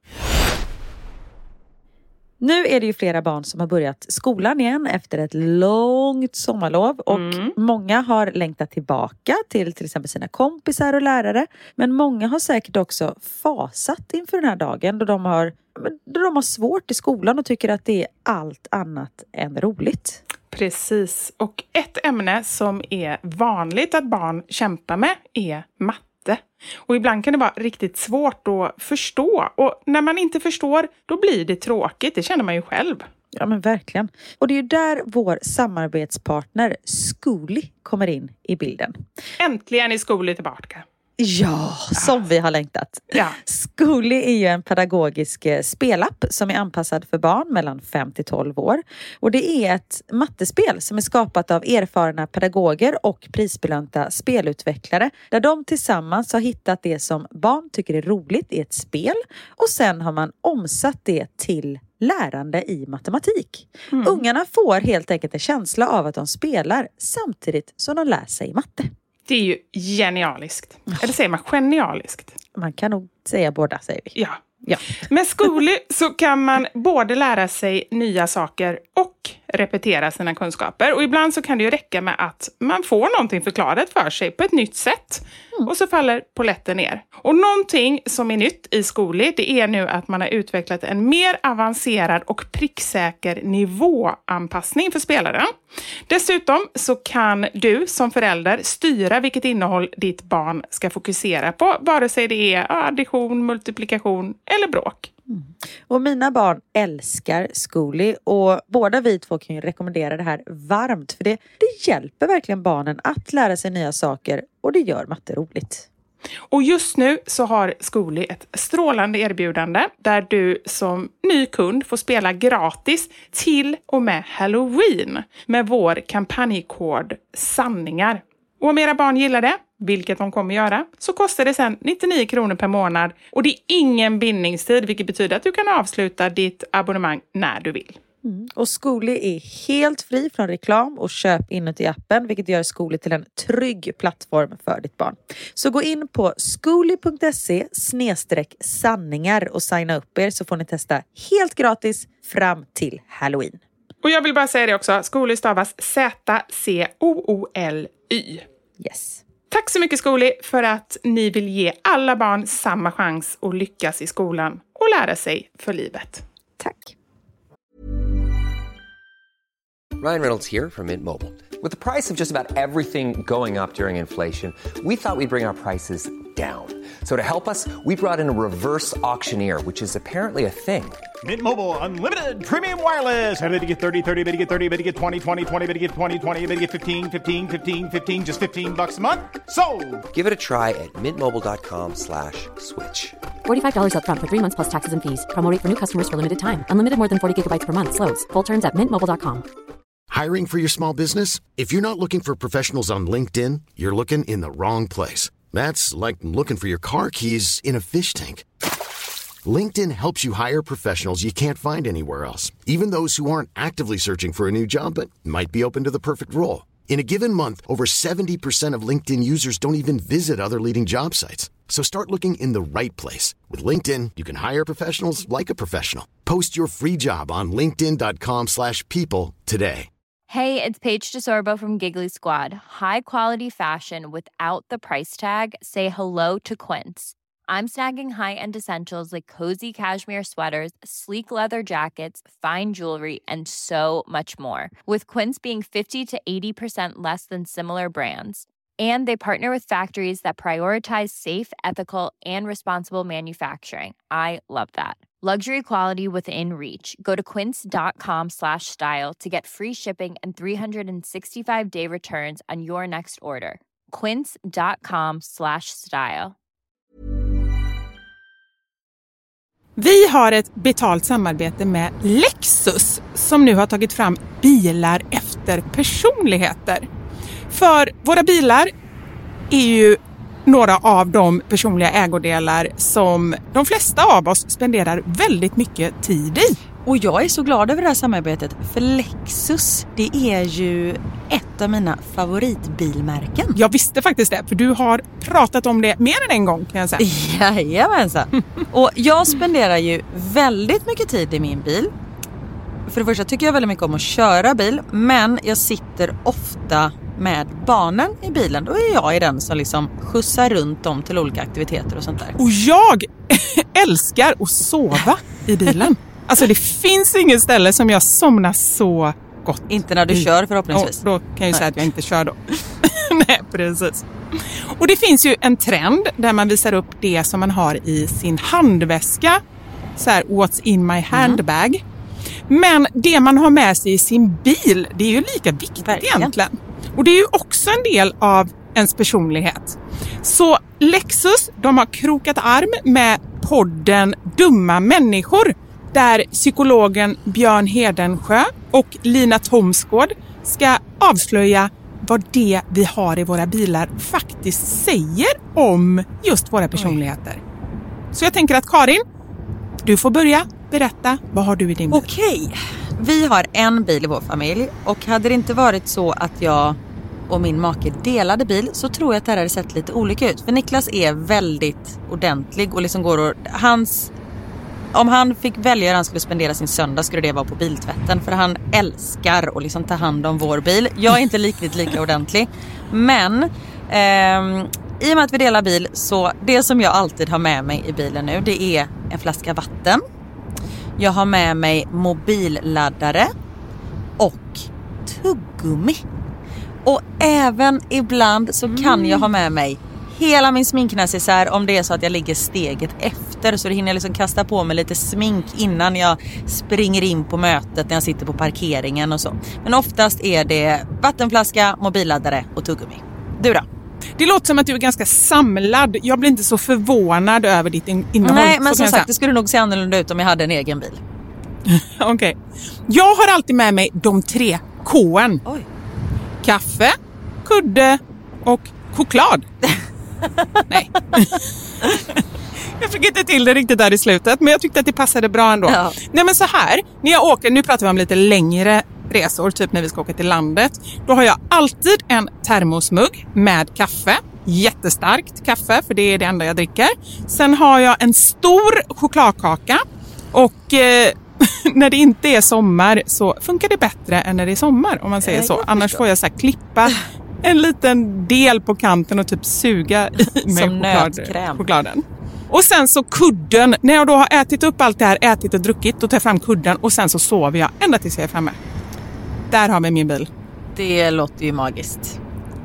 Nu är det ju flera barn som har börjat skolan igen efter ett långt sommarlov. Och mm. många har längtat tillbaka till till exempel sina kompisar och lärare. Men många har säkert också fasat inför den här dagen då de har, då de har svårt i skolan och tycker att det är allt annat än roligt. Precis. Och ett ämne som är vanligt att barn kämpar med är matte. Och ibland kan det vara riktigt svårt att förstå. Och när man inte förstår, då blir det tråkigt. Det känner man ju själv. Ja, men verkligen. Och det är ju där vår samarbetspartner Zcooly kommer in i bilden. Äntligen är Zcooly tillbaka. Ja, som vi har längtat. Ja. Zcooly är ju en pedagogisk spelapp som är anpassad för barn mellan fem till tolv år. Och det är ett mattespel som är skapat av erfarna pedagoger och prisbelönta spelutvecklare. Där de tillsammans har hittat det som barn tycker är roligt i ett spel. Och sen har man omsatt det till lärande i matematik. Mm. Ungarna får helt enkelt en känsla av att de spelar samtidigt som de lär sig matte. Det är ju genialiskt. Eller säger man genialiskt? Man kan nog säga båda, säger vi. Ja. Ja. Med Zcooly så kan man både lära sig nya saker och repetera sina kunskaper. Och ibland så kan det ju räcka med att man får någonting förklarat för sig på ett nytt sätt. Mm. Och så faller polletten ner. Och någonting som är nytt i Zcooly, det är nu att man har utvecklat en mer avancerad och pricksäker nivåanpassning för spelaren. Dessutom så kan du som förälder styra vilket innehåll ditt barn ska fokusera på. Vare sig det är addition, multiplikation eller bråk. Mm. Och mina barn älskar Zcooly och båda vi två kan ju rekommendera det här varmt. För det, det hjälper verkligen barnen att lära sig nya saker och det gör matte roligt. Och just nu så har Zcooly ett strålande erbjudande där du som ny kund får spela gratis till och med Halloween med vår kampanjkod sanningar. Och om era barn gillar det, vilket de kommer göra, så kostar det sen nittionio kronor per månad. Och det är ingen bindningstid, vilket betyder att du kan avsluta ditt abonnemang när du vill. Mm. Och Zcooly är helt fri från reklam och köp inuti appen, vilket gör Zcooly till en trygg plattform för ditt barn. Så gå in på zcooly punkt se snedstreck sanningar och signa upp er så får ni testa helt gratis fram till Halloween. Och jag vill bara säga det också, Zcooly stavas Z C O O L Y. Yes. Tack så mycket Zcooly för att ni vill ge alla barn samma chans att lyckas i skolan och lära sig för livet. Tack. Ryan Reynolds here from Mint Mobile. With the price of just about everything going up during inflation, we thought we'd bring our prices down. So to help us, we brought in a reverse auctioneer, which is apparently a thing. Mint Mobile Unlimited Premium Wireless. How to get thirty, thirty, how to get thirty, how to get twenty, twenty, twenty, how to get twenty, twenty, how to get fifteen, fifteen, fifteen, fifteen, just fifteen bucks a month? Sold! Give it a try at mintmobile.com slash switch. forty-five dollars up front for three months plus taxes and fees. Promo rate for new customers for limited time. Unlimited more than forty gigabytes per month. Slows full terms at mint mobile dot com. Hiring for your small business? If you're not looking for professionals on LinkedIn, you're looking in the wrong place. That's like looking for your car keys in a fish tank. LinkedIn helps you hire professionals you can't find anywhere else, even those who aren't actively searching for a new job but might be open to the perfect role. In a given month, over seventy percent of LinkedIn users don't even visit other leading job sites. So start looking in the right place. With LinkedIn, you can hire professionals like a professional. Post your free job on linkedin dot com slash people today. Hey, it's Paige DeSorbo from Giggly Squad. High quality fashion without the price tag. Say hello to Quince. I'm snagging high-end essentials like cozy cashmere sweaters, sleek leather jackets, fine jewelry, and so much more. With Quince being fifty to eighty percent less than similar brands. And they partner with factories that prioritize safe, ethical, and responsible manufacturing. I love that. Luxury quality within reach. Go to quince dot com slash style to get free shipping and three sixty-five day returns on your next order. quince dot com slash style. Vi har ett betalt samarbete med Lexus som nu har tagit fram bilar efter personligheter. För våra bilar är ju några av de personliga ägodelar som de flesta av oss spenderar väldigt mycket tid i. Och jag är så glad över det här samarbetet, för Lexus, det är ju ett av mina favoritbilmärken. Jag visste faktiskt det, för du har pratat om det mer än en gång, kan jag säga. Jajamensan. Och jag spenderar ju väldigt mycket tid i min bil. För det första tycker jag väldigt mycket om att köra bil, men jag sitter ofta med barnen i bilen. Då är jag i den som liksom skjutsar runt dem till olika aktiviteter och sånt där. Och jag älskar att sova i bilen. Alltså det finns inget ställe som jag somnar så gott. Inte när du i. kör förhoppningsvis. Och då kan jag ju säga att jag inte kör då. Nej, precis. Och det finns ju en trend där man visar upp det som man har i sin handväska. Så här, what's in my handbag. Mm. Men det man har med sig i sin bil, det är ju lika viktigt Verkligen. egentligen. Och det är ju också en del av ens personlighet. Så Lexus, de har krokat arm med podden Dumma människor, där psykologen Björn Hedensjö och Lina Thomsgård ska avslöja vad det vi har i våra bilar faktiskt säger om just våra personligheter. Oj. Så jag tänker att Karin, du får börja berätta, vad har du i din bil? Okej, vi har en bil i vår familj och hade det inte varit så att jag och min make delade bil så tror jag att det här hade sett lite olika ut. För Niklas är väldigt ordentlig och liksom går och hans... Om han fick välja hur han skulle spendera sin söndag skulle det vara på biltvätten. För han älskar att liksom ta hand om vår bil. Jag är inte riktigt lika ordentlig. Men eh, i och med att vi delar bil så det som jag alltid har med mig i bilen nu det är en flaska vatten. Jag har med mig mobilladdare och tuggummi. Och även ibland så kan mm. jag ha med mig hela min sminknäsisär om det är så att jag ligger steget efter. Så det hinner jag liksom kasta på mig lite smink innan jag springer in på mötet när jag sitter på parkeringen och så. Men oftast är det vattenflaska, mobilladdare och tuggummi. Du då? Det låter som att du är ganska samlad. Jag blir inte så förvånad över ditt innehåll. Nej, men som sagt, det skulle nog se annorlunda ut om jag hade en egen bil. Okej. Okay. Jag har alltid med mig de tre K:n. Oj. Kaffe, kudde och choklad. Nej. Jag fick inte till det riktigt där i slutet, men jag tyckte att det passade bra ändå. Ja. Nej, men så här, när jag åker, nu pratar vi om lite längre resor, typ när vi ska åka till landet. Då har jag alltid en termosmugg med kaffe. Jättestarkt kaffe, för det är det enda jag dricker. Sen har jag en stor chokladkaka. Och eh, när det inte är sommar så funkar det bättre än när det är sommar, om man säger jag så. Annars får jag så här klippa en liten del på kanten och typ suga i med choklad, chokladen. Och sen så kudden. När jag då har ätit upp allt det här, ätit och druckit, då tar jag fram kudden och sen så sover jag ända tills jag är framme. Där har vi min bil. Det låter ju magiskt.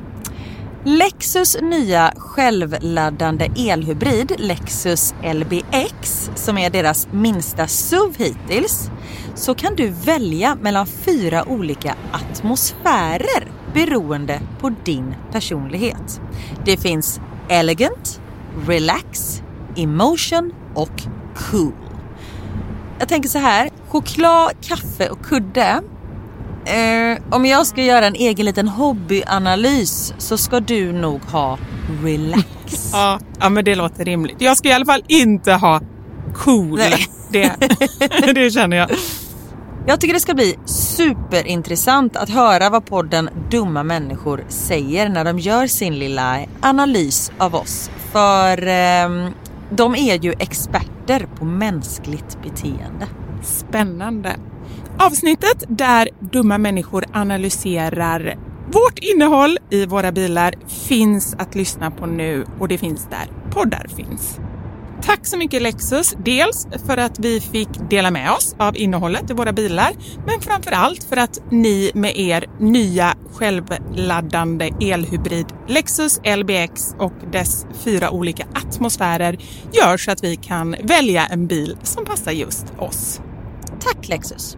Lexus nya självladdande elhybrid Lexus L B X, som är deras minsta S U V hittills, så kan du välja mellan fyra olika atmosfärer beroende på din personlighet. Det finns elegant, relax, emotion och cool. Jag tänker så här, choklad, kaffe och kudde. Eh, om jag ska göra en egen liten hobbyanalys så ska du nog ha relax. Ja, ja, men det låter rimligt. Jag ska i alla fall inte ha cool. Det, det känner jag. Jag tycker det ska bli superintressant att höra vad podden Dumma människor säger när de gör sin lilla analys av oss. För eh, de är ju experter på mänskligt beteende. Spännande. Avsnittet där dumma människor analyserar vårt innehåll i våra bilar finns att lyssna på nu, och det finns där poddar finns. Tack så mycket Lexus, dels för att vi fick dela med oss av innehållet i våra bilar, men framförallt för att ni med er nya självladdande elhybrid Lexus L B X och dess fyra olika atmosfärer gör så att vi kan välja en bil som passar just oss. Tack Lexus!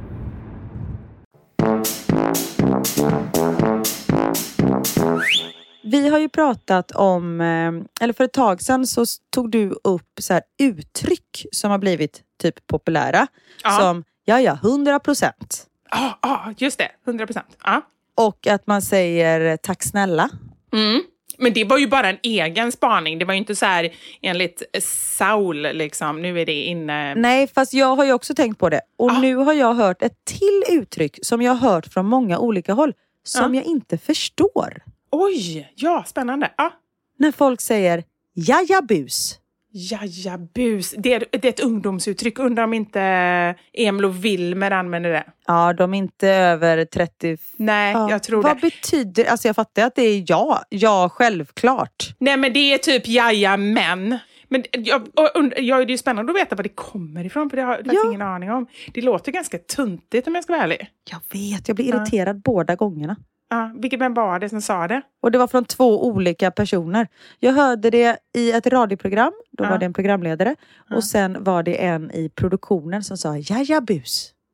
Vi har ju pratat om, eller för ett tag sedan så tog du upp så här uttryck som har blivit typ populära. Ja. Som, ja ja, hundra procent. Ja, ja, just det, hundra procent. Ja. Och att man säger tack snälla. Mm. Men det var ju bara en egen spaning. Det var ju inte så här enligt Saul liksom, nu är det inne. Nej, fast jag har ju också tänkt på det. Och ah. nu har jag hört ett till uttryck som jag har hört från många olika håll. Som ah. jag inte förstår. Oj, ja, spännande. Ah. När folk säger jajabus. Jajabus. Det är, det är ett ungdomsuttryck. Undrar om inte Emil och Wilmer använder det. Ja, de är inte över trettio. Nej, ja. jag tror Vad det. Vad betyder, alltså jag fattar att det är ja. Ja, självklart. Nej, men det är typ jajamän. Men jag, och, jag, det är ju spännande att veta var det kommer ifrån. För det har jag ja. ingen aning om. Det låter ganska tuntigt om jag ska vara ärlig. Jag vet, jag blir irriterad ja. båda gångerna. Ja, vilket vem var det som sa det? Och det var från två olika personer. Jag hörde det i ett radioprogram. Då ja. var det en programledare. Ja. Och sen var det en i produktionen som sa jajabus.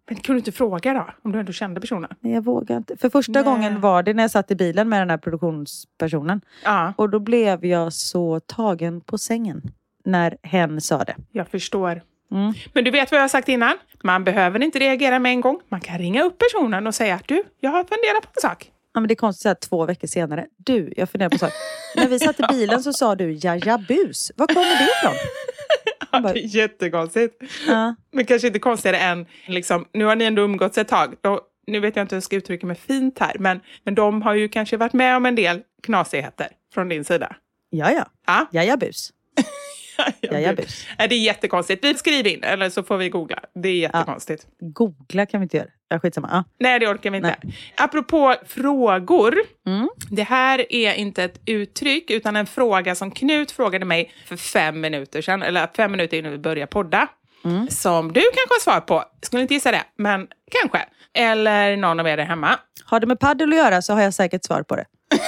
Men kunde du inte fråga då? Om du ändå kände personen? Nej, jag vågar inte. För första Nej. gången var det när jag satt i bilen med den här produktionspersonen. Ja. Och då blev jag så tagen på sängen. När hen sa det. Jag förstår. Mm. Men du vet vad jag har sagt innan? Man behöver inte reagera med en gång. Man kan ringa upp personen och säga att du, jag har funderat på en sak. Ja, men det är konstigt att två veckor senare. Du, jag funderar på en sak. När vi satt i bilen så sa du jajabus. Var kommer det ifrån? Ja, det är jättekonstigt. Ja. Men kanske inte konstigare än, liksom, nu har ni ändå umgåtts ett tag. Då, nu vet jag inte hur jag ska uttrycka mig fint här. Men, men de har ju kanske varit med om en del knasigheter från din sida. Ja, ja. Ja. Jajabus. Jajabus. Det är jättekonstigt. Vi skriver in, eller så får vi googla. Det är jättekonstigt. Ja. Googla kan vi inte göra. Ja, skitsamma. Ja. Nej, det orkar vi inte. Nej. Apropå frågor. Mm. Det här är inte ett uttryck utan en fråga som Knut frågade mig för fem minuter sedan. Eller fem minuter innan vi började podda. Mm. Som du kanske har svar på. Skulle inte gissa det, men kanske. Eller någon av er där hemma. Har det med paddel att göra så har jag säkert svar på det.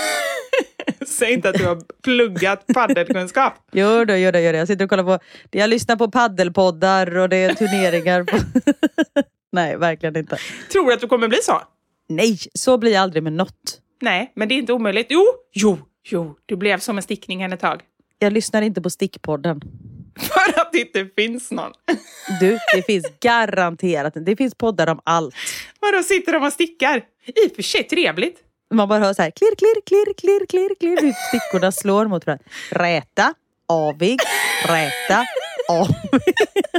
Säg inte att du har pluggat paddelkunskap. Jo då, jo då, jo då. Jag sitter och kollar på... Jag lyssnar på paddelpoddar och det är turneringar på... Nej, verkligen inte. Tror du att du kommer bli så? Nej, så blir jag aldrig med något. Nej, men det är inte omöjligt. Jo, jo, jo. Du blev som en stickning en ett tag. Jag lyssnar inte på stickpodden. För att det inte finns någon. Du, det finns garanterat. Det finns poddar om allt. Vadå, sitter de och stickar? I och för sig trevligt. Man bara hör så här, klirr, klirr, klirr, klirr, klirr, klirr. Stickorna slår mot varandra. Räta, avig, räta, avig.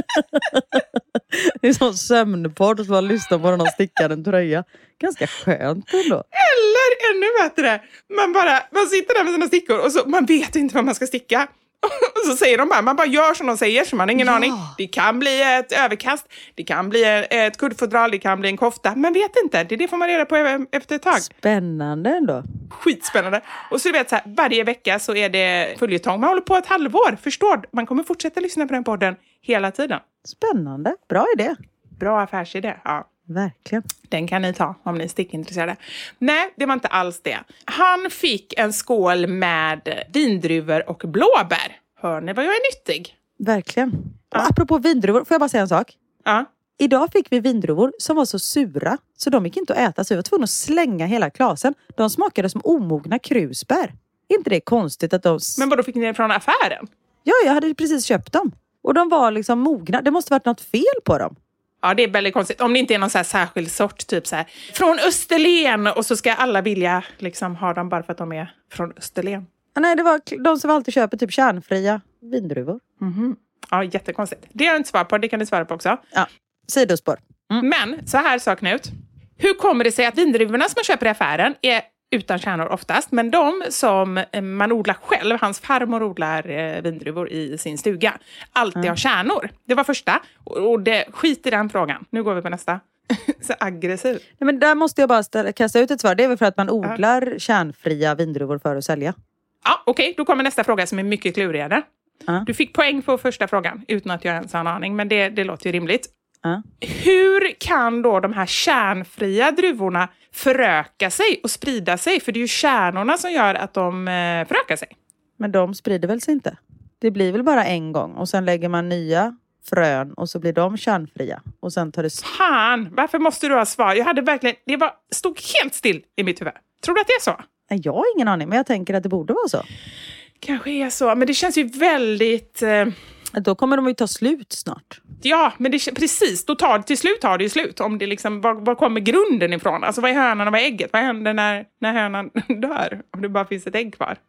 Det är sån sömnpodd som man lyssnar på när de stickar en tröja. Ganska skönt ändå. Eller ännu bättre. Man bara, man sitter där med sina stickor och så, man vet inte vad man ska sticka. Och så säger de bara, man bara gör som de säger så man har ingen ja. aning. Det kan bli ett överkast, det kan bli ett kuddfodral, det kan bli en kofta. Man vet inte, det är det får man reda på efter ett tag. Spännande ändå. Skitspännande. Och så du vet så här, varje vecka så är det följetong. Man håller på ett halvår, förstår. Man kommer fortsätta lyssna på den podden hela tiden. Spännande, bra idé. Bra affärsidé, ja. Verkligen. Den kan ni ta om ni är stickintresserade. Nej, det var inte alls det. Han fick en skål med vindruvor och blåbär. Hör ni vad jag är nyttig? Verkligen. Ja. Och apropå vindruvor, får jag bara säga en sak? Ja. Idag fick vi vindruvor som var så sura så de gick inte att äta. Så jag var tvungen att slänga hela klasen. De smakade som omogna krusbär. Är inte det konstigt att de... Men vadå, fick ni det från affären? Ja, jag hade precis köpt dem. Och de var liksom mogna. Det måste varit något fel på dem. Ja, det är väldigt konstigt. Om det inte är någon så här särskild sort, typ så här från Österlen, och så ska alla vilja liksom ha dem bara för att de är från Österlen. Ja, nej, det var de som alltid köper typ kärnfria vindruvor. Mm-hmm. Ja, jättekonstigt. Det har jag inte svar på, det kan du svara på också. Ja, sidospår. Mm. Men, så här sa Knut. Hur kommer det sig att vindruvorna som man köper i affären är utan kärnor oftast, men de som man odlar själv, hans farmor odlar eh, vindruvor i sin stuga, alltid mm. har kärnor. Det var första, och, och det skiter i den frågan. Nu går vi på nästa. Så aggressiv. Ja, men där måste jag bara ställa, kasta ut ett svar. Det är väl för att man odlar ja. kärnfria vindruvor för att sälja. Ja, okej. Okay. Då kommer nästa fråga som är mycket klurigare. Ja. Du fick poäng på första frågan utan att jag ens har en aning, men det, det låter ju rimligt. Ja. Hur kan då de här kärnfria druvorna föröka sig och sprida sig? För det är ju kärnorna som gör att de eh, förökar sig. Men de sprider väl sig inte? Det blir väl bara en gång och sen lägger man nya frön och så blir de kärnfria. Och sen tar det... Fan, varför måste du ha svar? Jag hade verkligen, det var, stod helt still i mitt huvud. Tror du att det är så? Jag har ingen aning, men jag tänker att det borde vara så. Kanske är så, men det känns ju väldigt... Eh... Då kommer de ju ta slut snart. Ja, men det, precis. Då tar, till slut tar det ju slut. Om det liksom, var, var kommer grunden ifrån? Alltså vad är hönan och vad är ägget? Vad händer när, när hönan dör? Om det bara finns ett ägg kvar.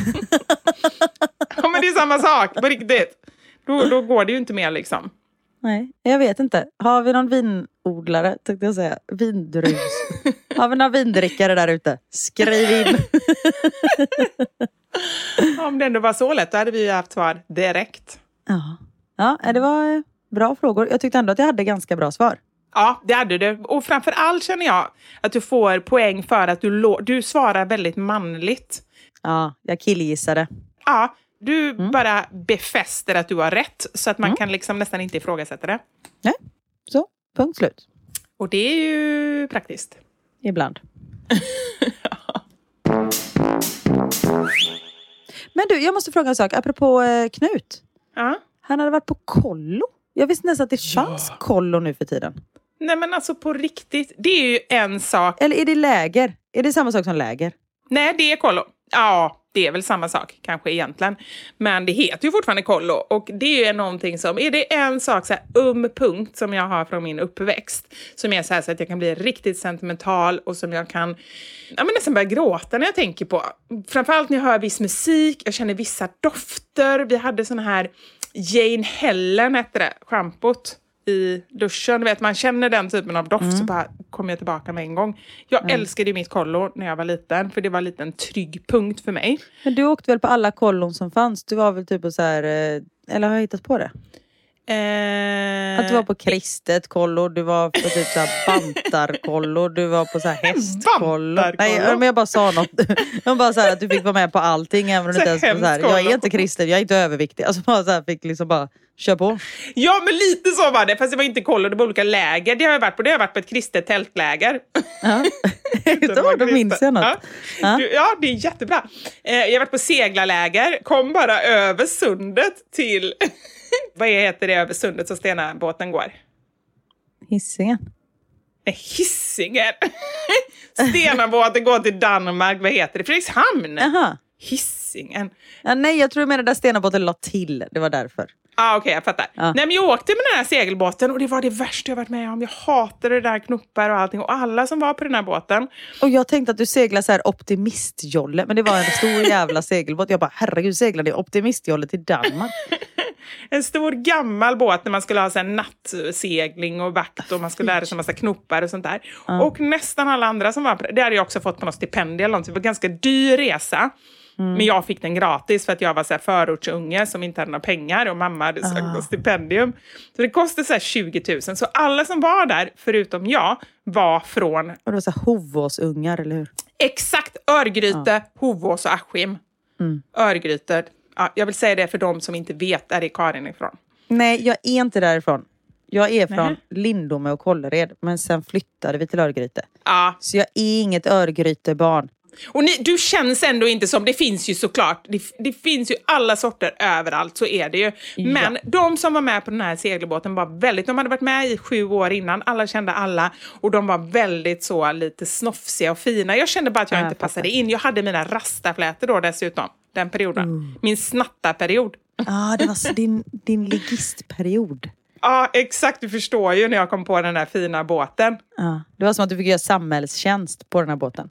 Ja, men det är samma sak, på riktigt. Då, då går det ju inte mer liksom. Nej, jag vet inte. Har vi någon vinodlare, tänkte jag säga. Vindrus. Har vi några vindrickare där ute? Skriv in. Om det ändå var så lätt, då hade vi ju haft svar direkt. Ja, ja, det var bra frågor. Jag tyckte ändå att jag hade ganska bra svar. Ja, det hade du. Och framförallt känner jag att du får poäng för att du, lo- du svarar väldigt manligt. Ja, jag killgissade. Ja, du mm. bara befäster att du har rätt. Så att man mm. kan liksom nästan inte ifrågasätta det. Nej, så. Punkt slut. Och det är ju praktiskt. Ibland. Ja. Men du, jag måste fråga en sak. Apropå eh, Knut. Ja. Han hade varit på kollo. Jag visste nästan att det fanns ja. kollo nu för tiden. Nej men alltså på riktigt, det är ju en sak. Eller är det läger? Är det samma sak som läger? Nej, det är kollo. Ja, det är väl samma sak kanske egentligen. Men det heter ju fortfarande kollo. Och det är någonting som, är det en sak så här um punkt som jag har från min uppväxt. Som är så här så att jag kan bli riktigt sentimental och som jag kan ja, men nästan börja gråta när jag tänker på. Framförallt när jag hör viss musik, jag känner vissa dofter. Vi hade sån här Jane Helen hette det, schampot i duschen. Du vet, man känner den typen av doft mm. så bara kommer jag tillbaka med en gång. Jag mm. älskade ju mitt kollo när jag var liten. För det var lite en trygg punkt för mig. Men du åkte väl på alla kollon som fanns? Du var väl typ så här... Eller har jag hittat på det? Eh... Att du var på kristet kollo, du var på typ så här bantarkollo, du var på så här hästkollo. Nej, men jag bara sa något. Jag bara så här att du fick vara med på allting även om du inte ens var så här. Jag är inte kristen, jag är inte överviktig. Alltså bara så här fick liksom bara kör på. Ja, men lite så var det. Fast det var inte kollo, det var olika läger. Det har jag varit på. Det har jag varit på ett kristet tältläger. Ja. Då, då minns jag något. Ja. Ja. ja, det är jättebra. Jag har varit på seglarläger. Kom bara över sundet till... Vad heter det över sundet så Stena-båten går? Hisingen. Nej, Hisingen. Stena-båten går till Danmark. Vad heter det? Fredrikshamn. Jaha. Hisingen. Ja, nej, jag tror du menar där Stena-båten la till. Det var därför. Ah, okej, okay, jag fattar. Ja. Nej, men jag åkte med den här segelbåten och det var det värsta jag varit med om. Jag hatade det där knoppar och allting. Och alla som var på den här båten. Och jag tänkte att du seglar så här optimistjolle. Men det var en stor jävla segelbåt. Jag bara, herregud, seglar det optimistjolle till Danmark? En stor gammal båt när man skulle ha så här nattsegling och vakt och man skulle lära sig en massa knoppar och sånt där. Mm. Och nästan alla andra som var på det, det hade jag också fått på något stipendium eller något. Det var en ganska dyr resa. Mm. Men jag fick den gratis för att jag var så här förortsunge som inte hade några pengar och mamma hade sökt ah. stipendium. Så det kostade så här tjugo tusen. Så alla som var där, förutom jag, var från... Och det var så här Hovåsungar, eller hur? Exakt, Örgryte, ah. Hovås och Askim. Mm. Örgryte. Ja, jag vill säga det för de som inte vet där är Karin ifrån. Nej, jag är inte därifrån. Jag är från Nej. Lindome och Kållered. Men sen flyttade vi till Örgryte. Ja. Så jag är inget Örgrytebarn. Och ni, du känns ändå inte som, det finns ju såklart, det, det finns ju alla sorter överallt, så är det ju. Men ja. de som var med på den här segelbåten var väldigt, de hade varit med i sju år innan, alla kände alla. Och de var väldigt så lite snofsiga och fina. Jag kände bara att jag ja, inte passade in. Jag hade mina rastaflätor då dessutom, den perioden. Mm. Min snatta-period. Ja, ah, det var din, din ligistperiod. Ja, exakt. Du förstår ju när jag kom på den här fina båten. Ja, det var som att du fick göra samhällstjänst på den här båten.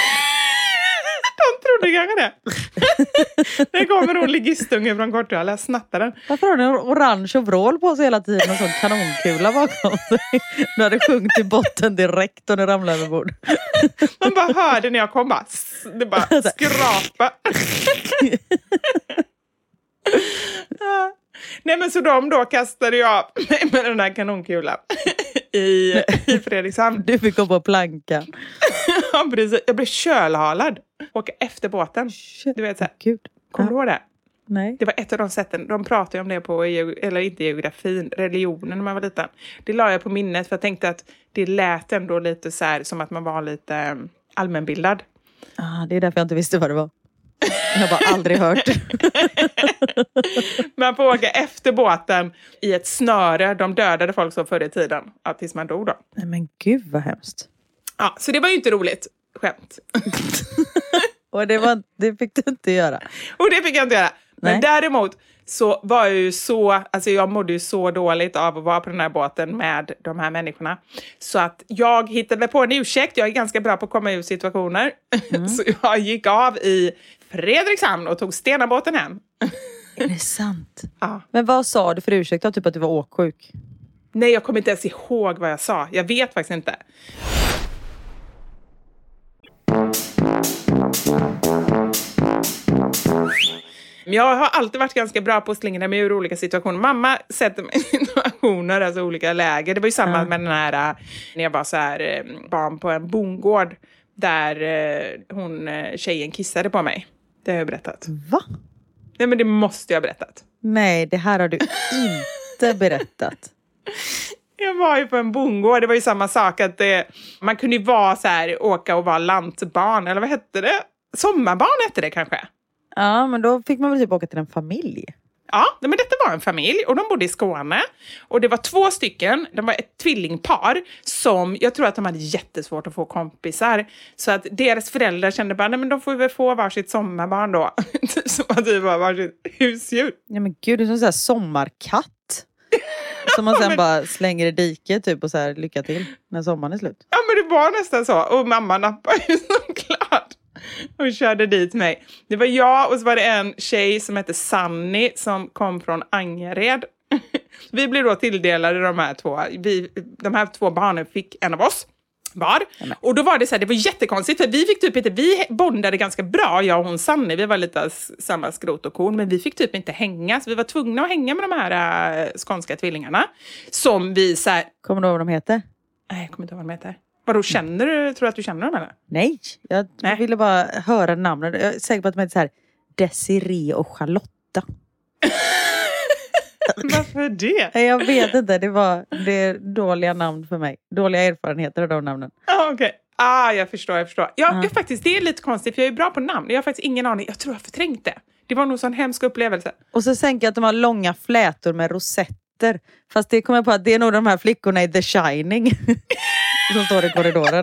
De trodde kanske det. Det kommer nog ligistunge från Kortröla. Jag snattade den. Varför har du en orange overall på sig hela tiden och sån kanonkula bakom sig? Du hade sjunkit i botten direkt och det ramlade över bord. Man bara hörde när jag kom. Bara, det bara skrapa. Ja. Nej, men så de då kastade jag med den här kanonkulan i, i Fredrikshamn. Du fick gå på plankan. Ja, precis. Jag blev kölhalad. Åka efter båten. Du vet så här. Gud. Kommer du ihåg det? Nej. Det var ett av de sätten. De pratade ju om det på, eller inte geografin, religionen när man var liten. Det la jag på minnet för jag tänkte att det lät ändå lite så här som att man var lite allmänbildad. Ah, det är därför jag inte visste vad det var. Jag har bara aldrig hört. Man får åka efter båten i ett snöre. De dödade folk så förr i tiden. Ja, tills man dog då. Nej, men gud vad hemskt. Ja, så det var ju inte roligt. Skämt. Och det, var, det fick du inte göra. Och det fick jag inte göra. Men Nej. däremot så var jag ju så... Alltså jag mådde ju så dåligt av att vara på den här båten med de här människorna. Så att jag hittade på en ursäkt. Jag är ganska bra på att komma ur situationer. Mm. Så jag gick av i Fredrikshamn och tog Stena-båten hem. Är det sant? Ja. Men vad sa du för ursäkt? Typ att du var åksjuk? Nej, jag kommer inte ens ihåg vad jag sa. Jag vet faktiskt inte. Jag har alltid varit ganska bra på att slingra mig ur olika situationer. Mamma sätter mig i situationer, alltså olika läger. Det var ju samma mm. med den här, när jag var så här barn på en bondgård. Där hon, tjejen kissade på mig. Det har jag berättat. Va? Nej, men det måste jag ha berättat. Nej, det här har du inte berättat. Jag var ju på en bondgård. Det var ju samma sak. Att det, man kunde ju vara så här, åka och vara lantbarn. Eller vad hette det? Sommarbarn hette det kanske. Ja, men då fick man väl typ åka till en familj. Ja, men detta var en familj och de bodde i Skåne. Och det var två stycken, de var ett tvillingpar som, jag tror att de hade jättesvårt att få kompisar. Så att deras föräldrar kände bara, nej men de får väl få varsitt sommarbarn då. Som att vi var varsitt husdjur. Ja men gud, det är som en sån här sommarkatt. Som man sen men... bara slänger i diket typ och så här, lycka till när sommaren är slut. Ja men det var nästan så. Och mamma nappade ju såklart. Och körde dit mig. Det var jag och så var det en tjej som hette Sanni som kom från Angered. Vi blev då tilldelade de här två. Vi, de här två barnen fick en av oss var. Amen. Och då var det så här, det var jättekonstigt. För vi fick typ inte, vi bondade ganska bra, jag och hon Sanni. Vi var lite samma skrot och korn. Men vi fick typ inte hänga. Så vi var tvungna att hänga med de här äh, skånska tvillingarna. Som vi så här... Kommer du ihåg vad de heter? Nej, jag kommer inte ihåg vad de heter. Vadå, känner du, tror du att du känner dem eller? Nej, jag Nej. ville bara höra namnen. Jag är säker på att de heter så här Desiree och Charlotta. Varför det? Jag vet inte, det var det är dåliga namn för mig. Dåliga erfarenheter av de namnen. Ah, okej. Okay. Ah, jag förstår, jag förstår. Ja, mm. jag faktiskt, det är lite konstigt för jag är bra på namn. Jag har faktiskt ingen aning, jag tror jag förträngt det. Det var nog sån hemsk upplevelse. Och så tänker jag att de har långa flätor med rosetter. Fast det kommer jag på att det är nog de här flickorna i The Shining. Som står i korridoren.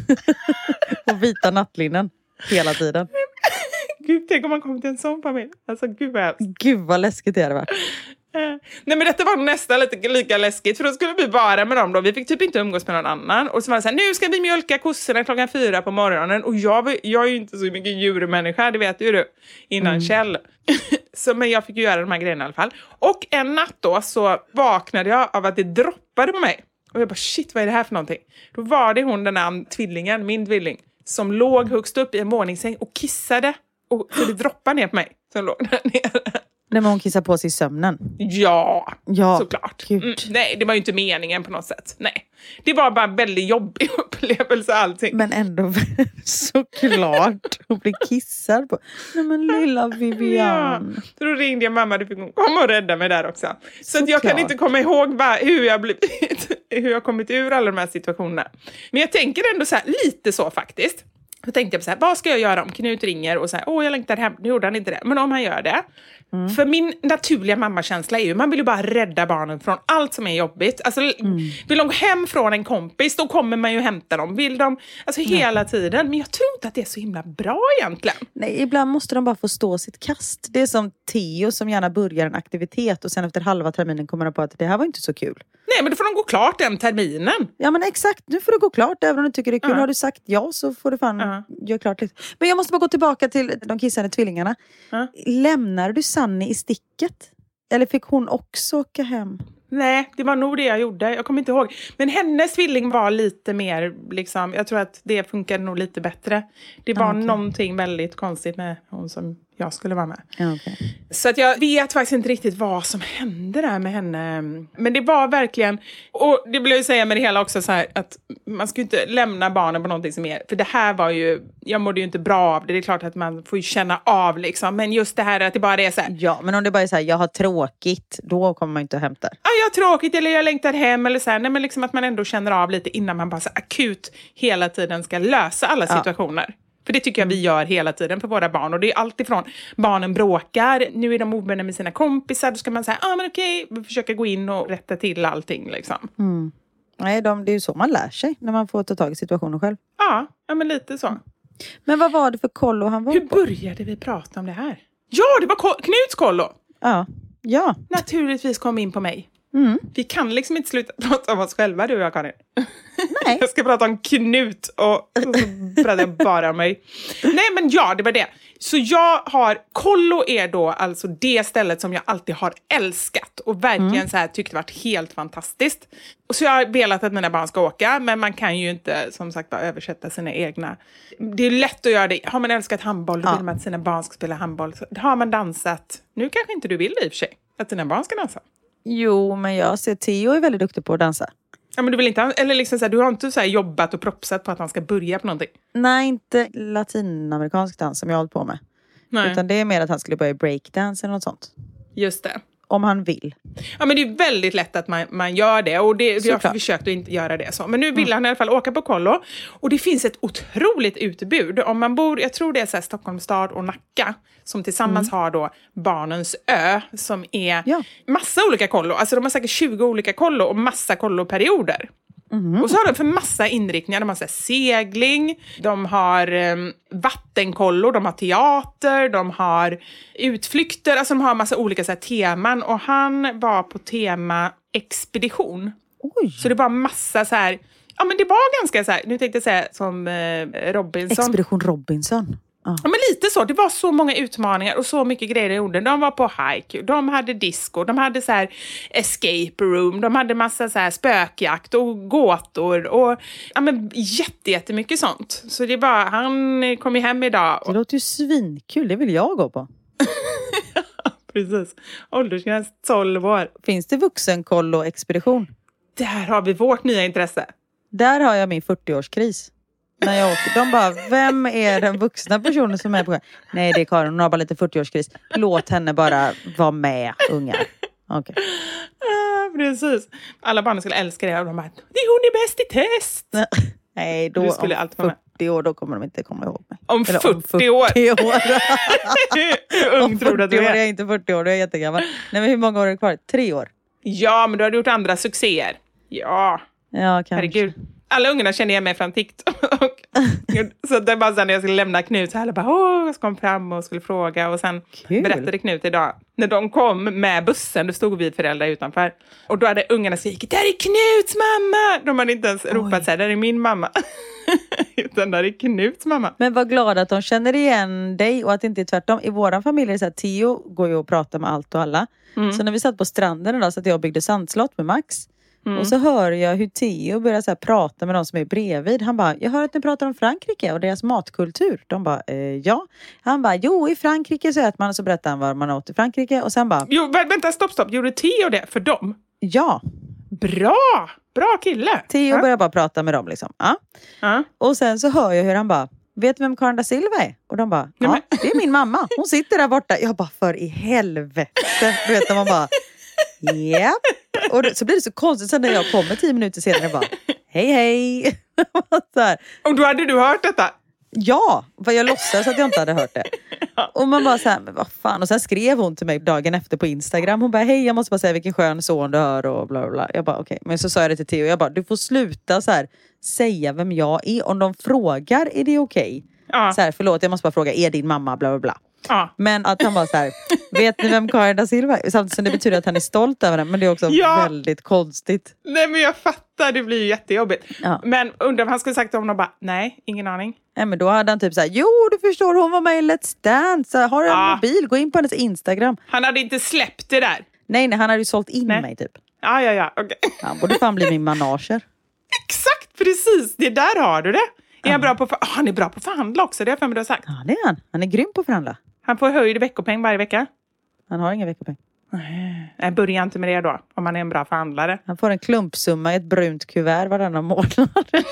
Och vita nattlinnen. Hela tiden. Gud, tänk om man kommer till en sån familj. Alltså, gud vad hemskt. Gud vad läskigt det hade varit. Uh, nej men detta var nästan lite lika läskigt. För då skulle vi vara med dem då. Vi fick typ inte umgås med någon annan. Och så var det så här, nu ska vi mjölka kossorna klockan fyra på morgonen. Och jag, jag är ju inte så mycket djurmänniska, det vet ju du. Innan mm. Kjell. Så, men jag fick ju göra de här grejerna i alla fall. Och en natt då så vaknade jag av att det droppade på mig. Och jag bara, shit, vad är det här för någonting? Då var det hon, den här tvillingen, min tvilling, som låg högst upp i en våningssäng och kissade. Och så det droppade ner på mig, som låg där nere. När hon kissar på sig i sömnen. Ja, ja såklart. Mm, nej, det var ju inte meningen på något sätt. Nej, det var bara en väldigt jobbig upplevelse allting. Men ändå såklart. Hon blir kissad på. Nej men lilla Vivian. Ja, så då ringde jag mamma. Du fick komma och rädda mig där också. Så, så att jag klart. Kan inte komma ihåg bara hur jag blivit, hur jag kommit ur alla de här situationerna. Men jag tänker ändå så här, lite så faktiskt. Då tänkte jag på så här, vad ska jag göra om Knut ringer och så här, åh jag längtar hem, nu gjorde han inte det. Men om han gör det. Mm. För min naturliga mammakänsla är ju, man vill ju bara rädda barnen från allt som är jobbigt. Alltså mm. vill de gå hem från en kompis, då kommer man ju hämta dem. Vill de, alltså hela tiden. Men jag tror inte att det är så himla bra egentligen. Nej, ibland måste de bara få stå sitt kast. Det är som Theo som gärna börjar en aktivitet och sen efter halva terminen kommer de på att det här var inte så kul. Nej, men då får de gå klart den terminen. Ja, men exakt. Nu får du gå klart. Även om du tycker det är kul. Uh-huh. Har du sagt ja så får du fan uh-huh. göra klart lite. Men jag måste bara gå tillbaka till de kissande tvillingarna. Uh-huh. Lämnar du Sanni i sticket? Eller fick hon också åka hem? Nej, det var nog det jag gjorde. Jag kommer inte ihåg. Men hennes tvilling var lite mer, liksom, jag tror att det funkade nog lite bättre. Det var okay. någonting väldigt konstigt med hon som jag skulle vara med. Okay. Så att jag vet faktiskt inte riktigt vad som hände där med henne. Men det var verkligen, och det vill jag säga med det hela också så här, att man ska ju inte lämna barnen på någonting som är, för det här var ju, jag mådde ju inte bra av det. Det är klart att man får ju känna av liksom. Men just det här att det bara är så här. Ja, men om det bara är så här, jag har tråkigt, då kommer man inte att hämta. Ja, jag har tråkigt eller jag längtar hem eller så här. Nej, men liksom att man ändå känner av lite innan man bara så akut hela tiden ska lösa alla situationer. Ja. För det tycker jag vi gör hela tiden för våra barn. Och det är alltifrån barnen bråkar. Nu är de ovänner med sina kompisar. Då ska man säga, ja ah, men okej. Försöka gå in och rätta till allting liksom. Mm. Nej, de, det är ju så man lär sig. När man får ta tag i situationen själv. Ja, ja men lite så. Men vad var det för kollo han var Hur på? Hur började vi prata om det här? Ja, det var ko- Knuts kollo. Ja, ja. Naturligtvis kom in på mig. Mm. Vi kan liksom inte sluta prata om oss själva, du och jag, Karin. Nej. Jag ska prata om Knut och, och så pratar jag bara om mig. Nej, men ja, det var det. Så jag har, kollo är då alltså det stället som jag alltid har älskat och verkligen mm. så här tyckt varit helt fantastiskt. Och så jag har velat att mina barn ska åka, men man kan ju inte som sagt bara översätta sina egna. Det är lätt att göra det. Har man älskat handboll, då vill ja. man att sina barn ska spela handboll. Så har man dansat, nu kanske inte du vill i och för sig, att dina barn ska dansa. Jo, men jag ser Theo är väldigt duktig på att dansa. Ja, men du vill inte, eller liksom så här, du har inte så här jobbat och propsat på att han ska börja på någonting? Nej, inte latinamerikansk dans som jag har hållit på med. Nej. Utan det är mer att han skulle börja breakdance eller något sånt. Just det. om han vill. Ja, men det är väldigt lätt att man, man gör det. Och det, vi har försökt att inte göra det så. Men nu vill mm. han i alla fall åka på kollo. Och det finns ett otroligt utbud. Om man bor, jag tror det är så här Stockholms stad och Nacka. Som tillsammans mm. har då Barnens ö. Som är ja. massa olika kollo. Alltså de har säkert tjugo olika kollo och massa kolloperioder. Mm. Och så har de för massa inriktningar. De har så här segling, de har um, vattenkollor, de har teater, de har utflykter. Alltså de har massa olika så här teman. Och han var på tema expedition. Oj. Så det var massa så här... Ja, men det var ganska så här... Nu tänkte jag säga som eh, Robinson. Expedition Robinson. Ja. ja, men lite så. Det var så många utmaningar och så mycket grejer de gjorde. De var på hike, de hade disco, de hade så här escape room, de hade massa så här spökjakt och gåtor och ja, men jätte, jättemycket sånt. Så det var, han kom ju hem idag. Och... Det låter ju svinkul, det vill jag gå på. Precis. Åldersgräns tolv år. Finns det vuxenkollo-expedition? Där har vi vårt nya intresse. Där har jag min fyrtio-årskris. När jag åker. De bara, vem är den vuxna personen som är på gång? Nej, det är Karin. Hon har bara lite fyrtio-årskris. Låt henne bara vara med, ungar. Okej. Okay. Ah, precis. Alla barn skulle älska det. Och de bara, det är hon är bäst i test. Nej, då om fyrtio år, då kommer de inte komma ihåg mig. Om fyrtio, om fyrtio år? Hur ung tror du att du är? År är jag inte fyrtio år, då är jag jättegammal. Nej, men hur många år är det kvar? Tre år? Ja, men du har gjort andra succéer. Ja. Ja, kanske. Herregud. Alla ungarna känner jag mig från TikTok. Så det var så när jag skulle lämna Knut så alla bara, åh, jag kom fram och skulle fråga. Och sen Kul. berättade Knut idag. När de kom med bussen, då stod vi föräldrar utanför. Och då hade ungarna skrikit, där är Knuts mamma! De hade inte ens Oj. ropat så här, där är min mamma. Utan där är Knuts mamma. Men var glad att de känner igen dig och att det inte är tvärtom. I våran familj är det så här, Theo går ju och pratar med allt och alla. Mm. Så när vi satt på stranden idag så att jag byggde sandslott med Max. Mm. Och så hör jag hur Theo börjar så här prata med de som är bredvid. Han bara, jag hör att ni pratar om Frankrike och deras matkultur. De bara, eh, ja. Han bara, jo i Frankrike så äter man. Och så berättar han vad man åt i Frankrike. Och sen bara... Jo, vänta, stopp, stopp. Gjorde Theo det för dem? Ja. Bra, bra kille. Theo ja. börjar bara prata med dem liksom. Ja. Ja. Och sen så hör jag hur han bara, vet du vem Karin da Silva är? Och de bara, ja, Nej, men... det är min mamma. Hon sitter där borta. Jag bara, för i helvete. Du vet, man bara... Japp. Yep. Och så blir det så konstigt sen när jag kommer tio minuter senare bara, hej hej. Så här. Och då hade du hört detta? Ja, för jag låtsades att jag inte hade hört det. Ja. Och man bara så här, men vad fan. Och sen skrev hon till mig dagen efter på Instagram. Hon bara, hej jag måste bara säga vilken skön son du hör och bla bla bla. Jag bara, okej. Okay. Men så sa jag det till Theo. Jag bara, du får sluta så här, säga vem jag är. Om de frågar, är det okej? Okay? Ja. Så här, förlåt, jag måste bara fråga, är din mamma bla bla bla. Ja. Men att han var så här, vet ni vem Karin da Silva är? Samtidigt som det betyder att han är stolt över den. Men det är också ja. väldigt konstigt. Nej men jag fattar, det blir ju jättejobbigt. Ja. Men undrar om han skulle sagt om honom bara, nej, ingen aning. Nej men då hade han typ så här, jo du förstår, hon var med i Let's Dance. Har du en ja. mobil, gå in på hennes Instagram. Han hade inte släppt det där. Nej, nej han hade ju sålt in nej. mig typ. Ja, ja, ja, okej. Okay. Han borde fan bli min manager. Exakt, precis. Det där har du det. Är ja. han, bra på, oh, han är bra på att förhandla också, det har jag sagt. Ja, det är han. Han är grym på att förhandla. Han får höjd veckopeng varje vecka. Han har ingen veckopeng. Nej, börja inte med det då. Om man är en bra förhandlare. Han får en klumpsumma i ett brunt kuvert varannan månad.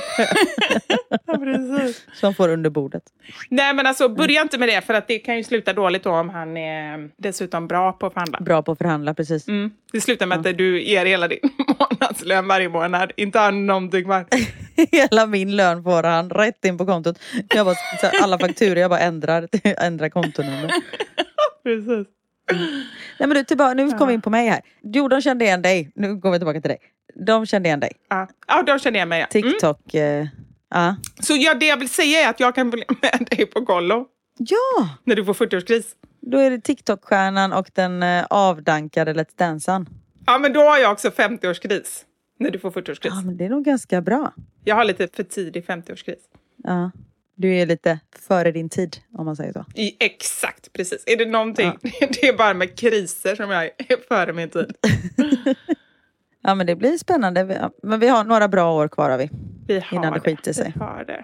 Ja, precis. Som får under bordet. Nej, men alltså börja inte med det. För att det kan ju sluta dåligt då om han är dessutom bra på att förhandla. Bra på att förhandla, precis. Mm. Det slutar med ja. att du ger hela din månadslön varje månad. Inte har någonting var. Hela min lön får han rätt in på kontot. Jag bara, så här, alla fakturer jag bara ändrar, ändrar kontonummer. Precis. Mm. Nej men du, tillbaka, nu kommer vi in på mig här. Jo, de kände igen dig. Nu går vi tillbaka till dig. De kände igen dig. Ja, ja de kände igen mig. Ja. TikTok. Mm. Eh, uh. Så ja, det jag vill säga är att jag kan bli med dig på kollo. Ja. När du får fyrtio-årskris. Då är det TikTok-stjärnan och den eh, avdankade Let's Dancean. Ja, men då har jag också femtio-årskris. När du får fyrtio-årskris. Ja, men det är nog ganska bra. Jag har lite för tidig femtio-årskris. Ja. Du är lite före din tid, om man säger så. I, exakt, precis. Är det någonting, ja. Det är bara med kriser som jag är före min tid. Ja, men det blir spännande. Men vi har några bra år kvar, har vi. Vi har innan det, det skiter sig. Vi har det.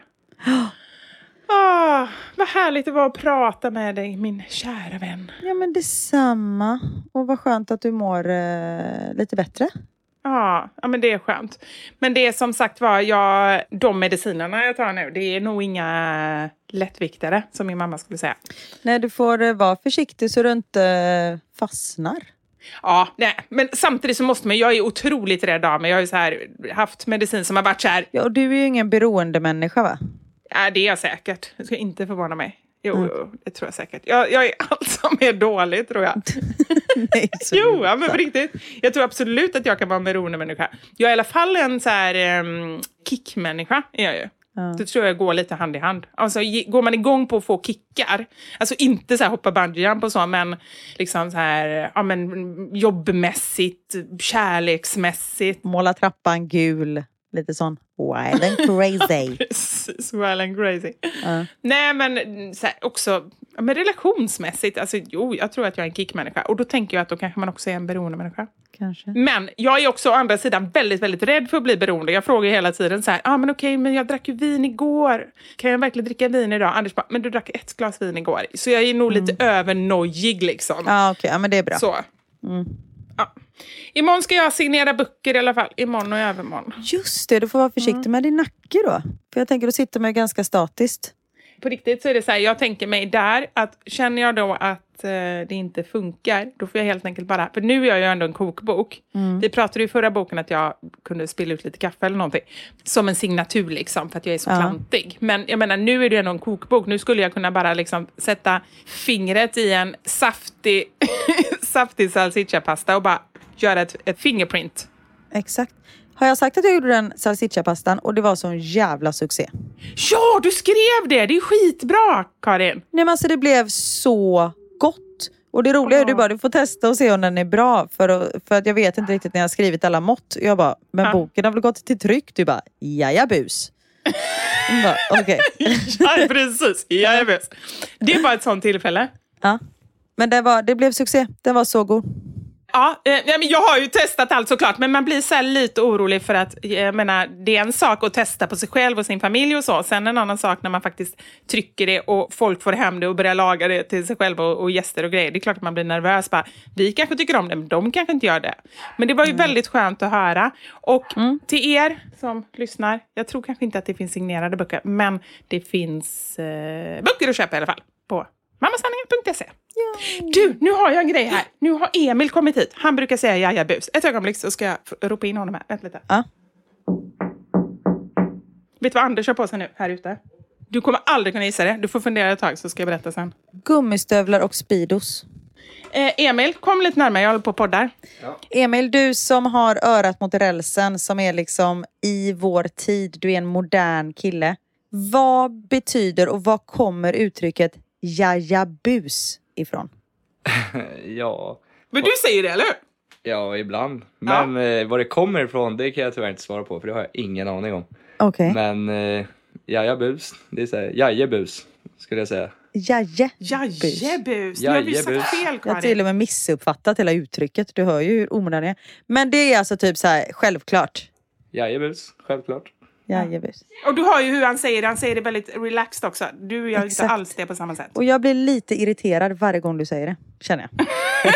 Åh, vad härligt det var att prata med dig, min kära vän. Ja, men detsamma. Och vad skönt att du mår eh, lite bättre. Ja, ja, men det är skönt. Men det är som sagt var, jag, de medicinerna jag tar nu, det är nog inga lättviktare, som min mamma skulle säga. Nej, du får vara försiktig så du inte fastnar. Ja, nej. Men samtidigt så måste man, jag är otroligt rädd av mig. Jag har ju så här haft medicin som har varit så här. Ja, och du är ju ingen beroende människa, va? Ja, det är jag säkert. Det ska inte förvåna mig. Jo, Mm. jo, det tror jag säkert. Jag, jag är allt som är dåligt, tror jag. Nej, så Jo, ja, men på riktigt. Jag tror absolut att jag kan vara en beroendemänniska. Jag är i alla fall en så här um, kickmänniska, är jag ju. Ja. Det tror jag går lite hand i hand. Alltså, går man igång på att få kickar, alltså inte så här hoppa bungyjump och så, men liksom så här, ja, men jobbmässigt, kärleksmässigt. Måla trappan gul, lite sån wild and crazy. Precis, wild and crazy. Ja. Nej, men så här, också ja, men relationsmässigt, alltså jo, jag tror att jag är en kickmänniska. Och då tänker jag att då kanske man också är en beroendemänniska. Kanske. Men jag är också å andra sidan väldigt, väldigt rädd för att bli beroende. Jag frågar hela tiden så här, ja ah, men okej, men jag drack ju vin igår. Kan jag verkligen dricka vin idag? Anders bara, men du drack ett glas vin igår. Så jag är nog mm. lite övernojig liksom. Ja, okej, okay. Ja, men det är bra. Så. Mm. Ja. Imorgon ska jag signera böcker i alla fall. Imorgon och övermorgon. Just det, du får vara försiktig mm. med din nacke då. För jag tänker, du sitter med ganska statiskt. På riktigt så är det så här, jag tänker mig där att känner jag då att eh, det inte funkar, då får jag helt enkelt bara, för nu är jag ju ändå en kokbok. Mm. Vi pratade ju i förra boken att jag kunde spilla ut lite kaffe eller någonting. Som en signatur liksom, för att jag är så ja. klantig. Men jag menar, nu är det ändå en kokbok. Nu skulle jag kunna bara liksom sätta fingret i en saftig, saftig salsiccia-pasta och bara göra ett, ett fingerprint. Exakt. Har jag sagt att jag gjorde den salsiccia-pastan och det var så en jävla succé? Ja, du skrev det! Det är skitbra, Karin! Nej, men alltså det blev så gott. Och det roliga är ju bara, du får testa och se om den är bra. För att, för att jag vet inte riktigt när jag har skrivit alla mått. Jag bara, men ja. boken har väl gått till tryck? Du bara, jaja bus. Okej. Okay. Ja, precis. Jaja bus. Det var ett sånt tillfälle. Ja, men det, var, det blev succé. Den var så god. Ja, eh, men jag har ju testat allt såklart, men man blir så här lite orolig för att, jag menar, det är en sak att testa på sig själv och sin familj och så. Sen en annan sak när man faktiskt trycker det och folk får hem det och börjar laga det till sig själv och, och gäster och grejer. Det är klart att man blir nervös. Bara, vi kanske tycker om det, men de kanske inte gör det. Men det var ju mm. väldigt skönt att höra. Och mm. till er som lyssnar, jag tror kanske inte att det finns signerade böcker, men det finns eh, böcker att köpa i alla fall på mammasanningen punkt se. Ja. Du, nu har jag en grej här. Nu har Emil kommit hit. Han brukar säga jaja bus. Ett ögonblick så ska jag ropa in honom här. Vänta lite. Ja. Vet du vad Anders har på sig nu här ute? Du kommer aldrig kunna gissa det. Du får fundera ett tag så ska jag berätta sen. Gummistövlar och speedos. Eh, Emil, kom lite närmare. Jag håller på och poddar. Ja. Emil, du som har örat mot rälsen, som är liksom i vår tid. Du är en modern kille. Vad betyder och vad kommer uttrycket jaja bus ifrån? Ja. Men du säger det, eller? Ja, ibland. Men ja. eh, var det kommer ifrån, det kan jag tyvärr inte svara på. För det har jag ingen aning om. Okej. Okay. Men eh, jajabus, det är så här, jajebus skulle jag säga. Jajebus. Jajebus. Nu har du sagt fel, Karin. Jag har till och med missuppfattat hela uttrycket. Du hör ju hur omodern det är. Men det är alltså typ så här, självklart. Jajebus, självklart. Jajebus. Och du hör ju hur han säger det. Han säger det väldigt relaxed också. Du gör Exakt. inte alls det på samma sätt. Och jag blir lite irriterad varje gång du säger det. Känner jag.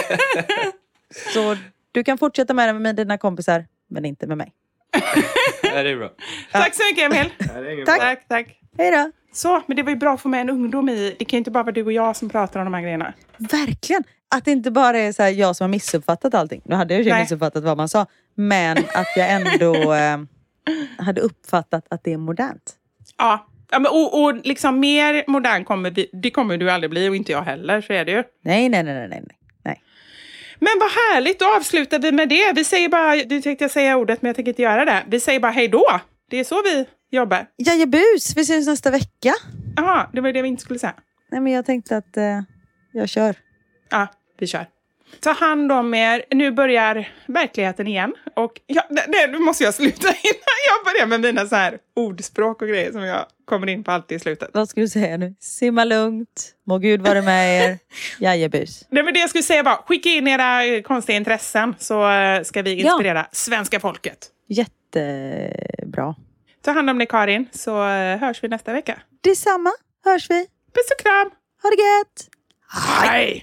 Så du kan fortsätta med det med dina kompisar. Men inte med mig. Ja, det är bra. Tack så mycket, Emil. Ja, tack. tack, tack. Hej då. Så, men det var ju bra att få med en ungdom i. Det kan ju inte bara vara du och jag som pratar om de här grejerna. Verkligen. Att det inte bara är så här, jag som har missuppfattat allting. Nu hade jag ju missuppfattat vad man sa. Men att jag ändå... Eh, hade uppfattat att det är modernt. Ja, ja men, och, och liksom mer modern kommer vi, det kommer du aldrig bli och inte jag heller, så är det ju. Nej, nej, nej, nej, nej, nej. Men vad härligt, då avslutar vi med det. Vi säger bara, du tänkte jag säga ordet men jag tänker inte göra det. Vi säger bara hej då. Det är så vi jobbar. Jajebus, vi ses nästa vecka. Jaha, det var det vi inte skulle säga. Nej, men jag tänkte att eh, jag kör. Ja, vi kör. Ta hand om er. Nu börjar verkligheten igen. Och ja, det, det, nu måste jag sluta innan jag börjar med mina så här ordspråk och grejer som jag kommer in på alltid i slutet. Vad ska du säga nu? Simma lugnt. Må Gud vara med er. Jajebus. Det var det jag skulle säga bara. Skicka in era konstiga intressen så ska vi inspirera ja. svenska folket. Jättebra. Ta hand om dig, Karin, så hörs vi nästa vecka. Detsamma. Hörs vi. Puss och kram. Ha det gött. Hej.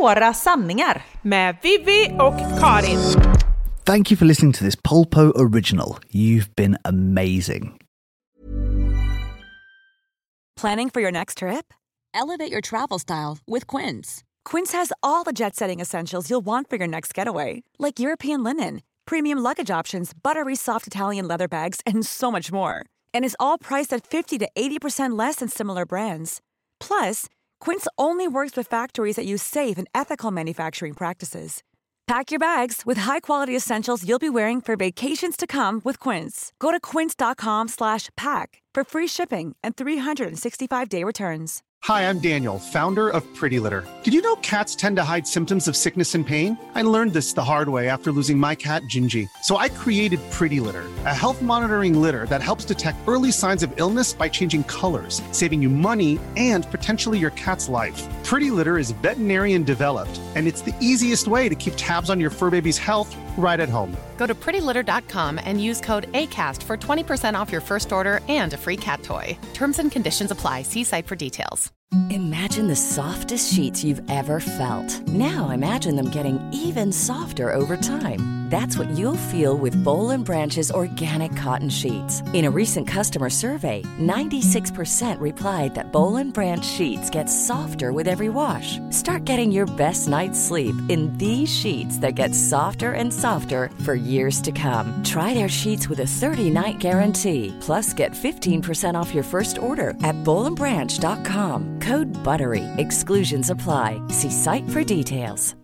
Några sanningar. Med Vivi och Karin. Thank you for listening to this Polpo original. You've been amazing. Planning for your next trip? Elevate your travel style with Quince. Quince has all the jet-setting essentials you'll want for your next getaway, like European linen, premium luggage options, buttery soft Italian leather bags, and so much more. And is all priced at fifty to eighty percent less than similar brands. Plus, Quince only works with factories that use safe and ethical manufacturing practices. Pack your bags with high-quality essentials you'll be wearing for vacations to come with Quince. Go to quince.com slash pack for free shipping and three sixty-five day returns. Hi, I'm Daniel, founder of Pretty Litter. Did you know cats tend to hide symptoms of sickness and pain? I learned this the hard way after losing my cat, Gingy. So I created Pretty Litter, a health monitoring litter that helps detect early signs of illness by changing colors, saving you money and potentially your cat's life. Pretty Litter is veterinarian developed, and it's the easiest way to keep tabs on your fur baby's health right at home. Go to pretty litter dot com and use code ACAST for twenty percent off your first order and a free cat toy. Terms and conditions apply. See site for details. Imagine the softest sheets you've ever felt. Now imagine them getting even softer over time. That's what you'll feel with Boll and Branch's organic cotton sheets. In a recent customer survey, ninety-six percent replied that Boll and Branch sheets get softer with every wash. Start getting your best night's sleep in these sheets that get softer and softer for years to come. Try their sheets with a thirty-night guarantee. Plus, get fifteen percent off your first order at boll and branch dot com. Code BUTTERY. Exclusions apply. See site for details.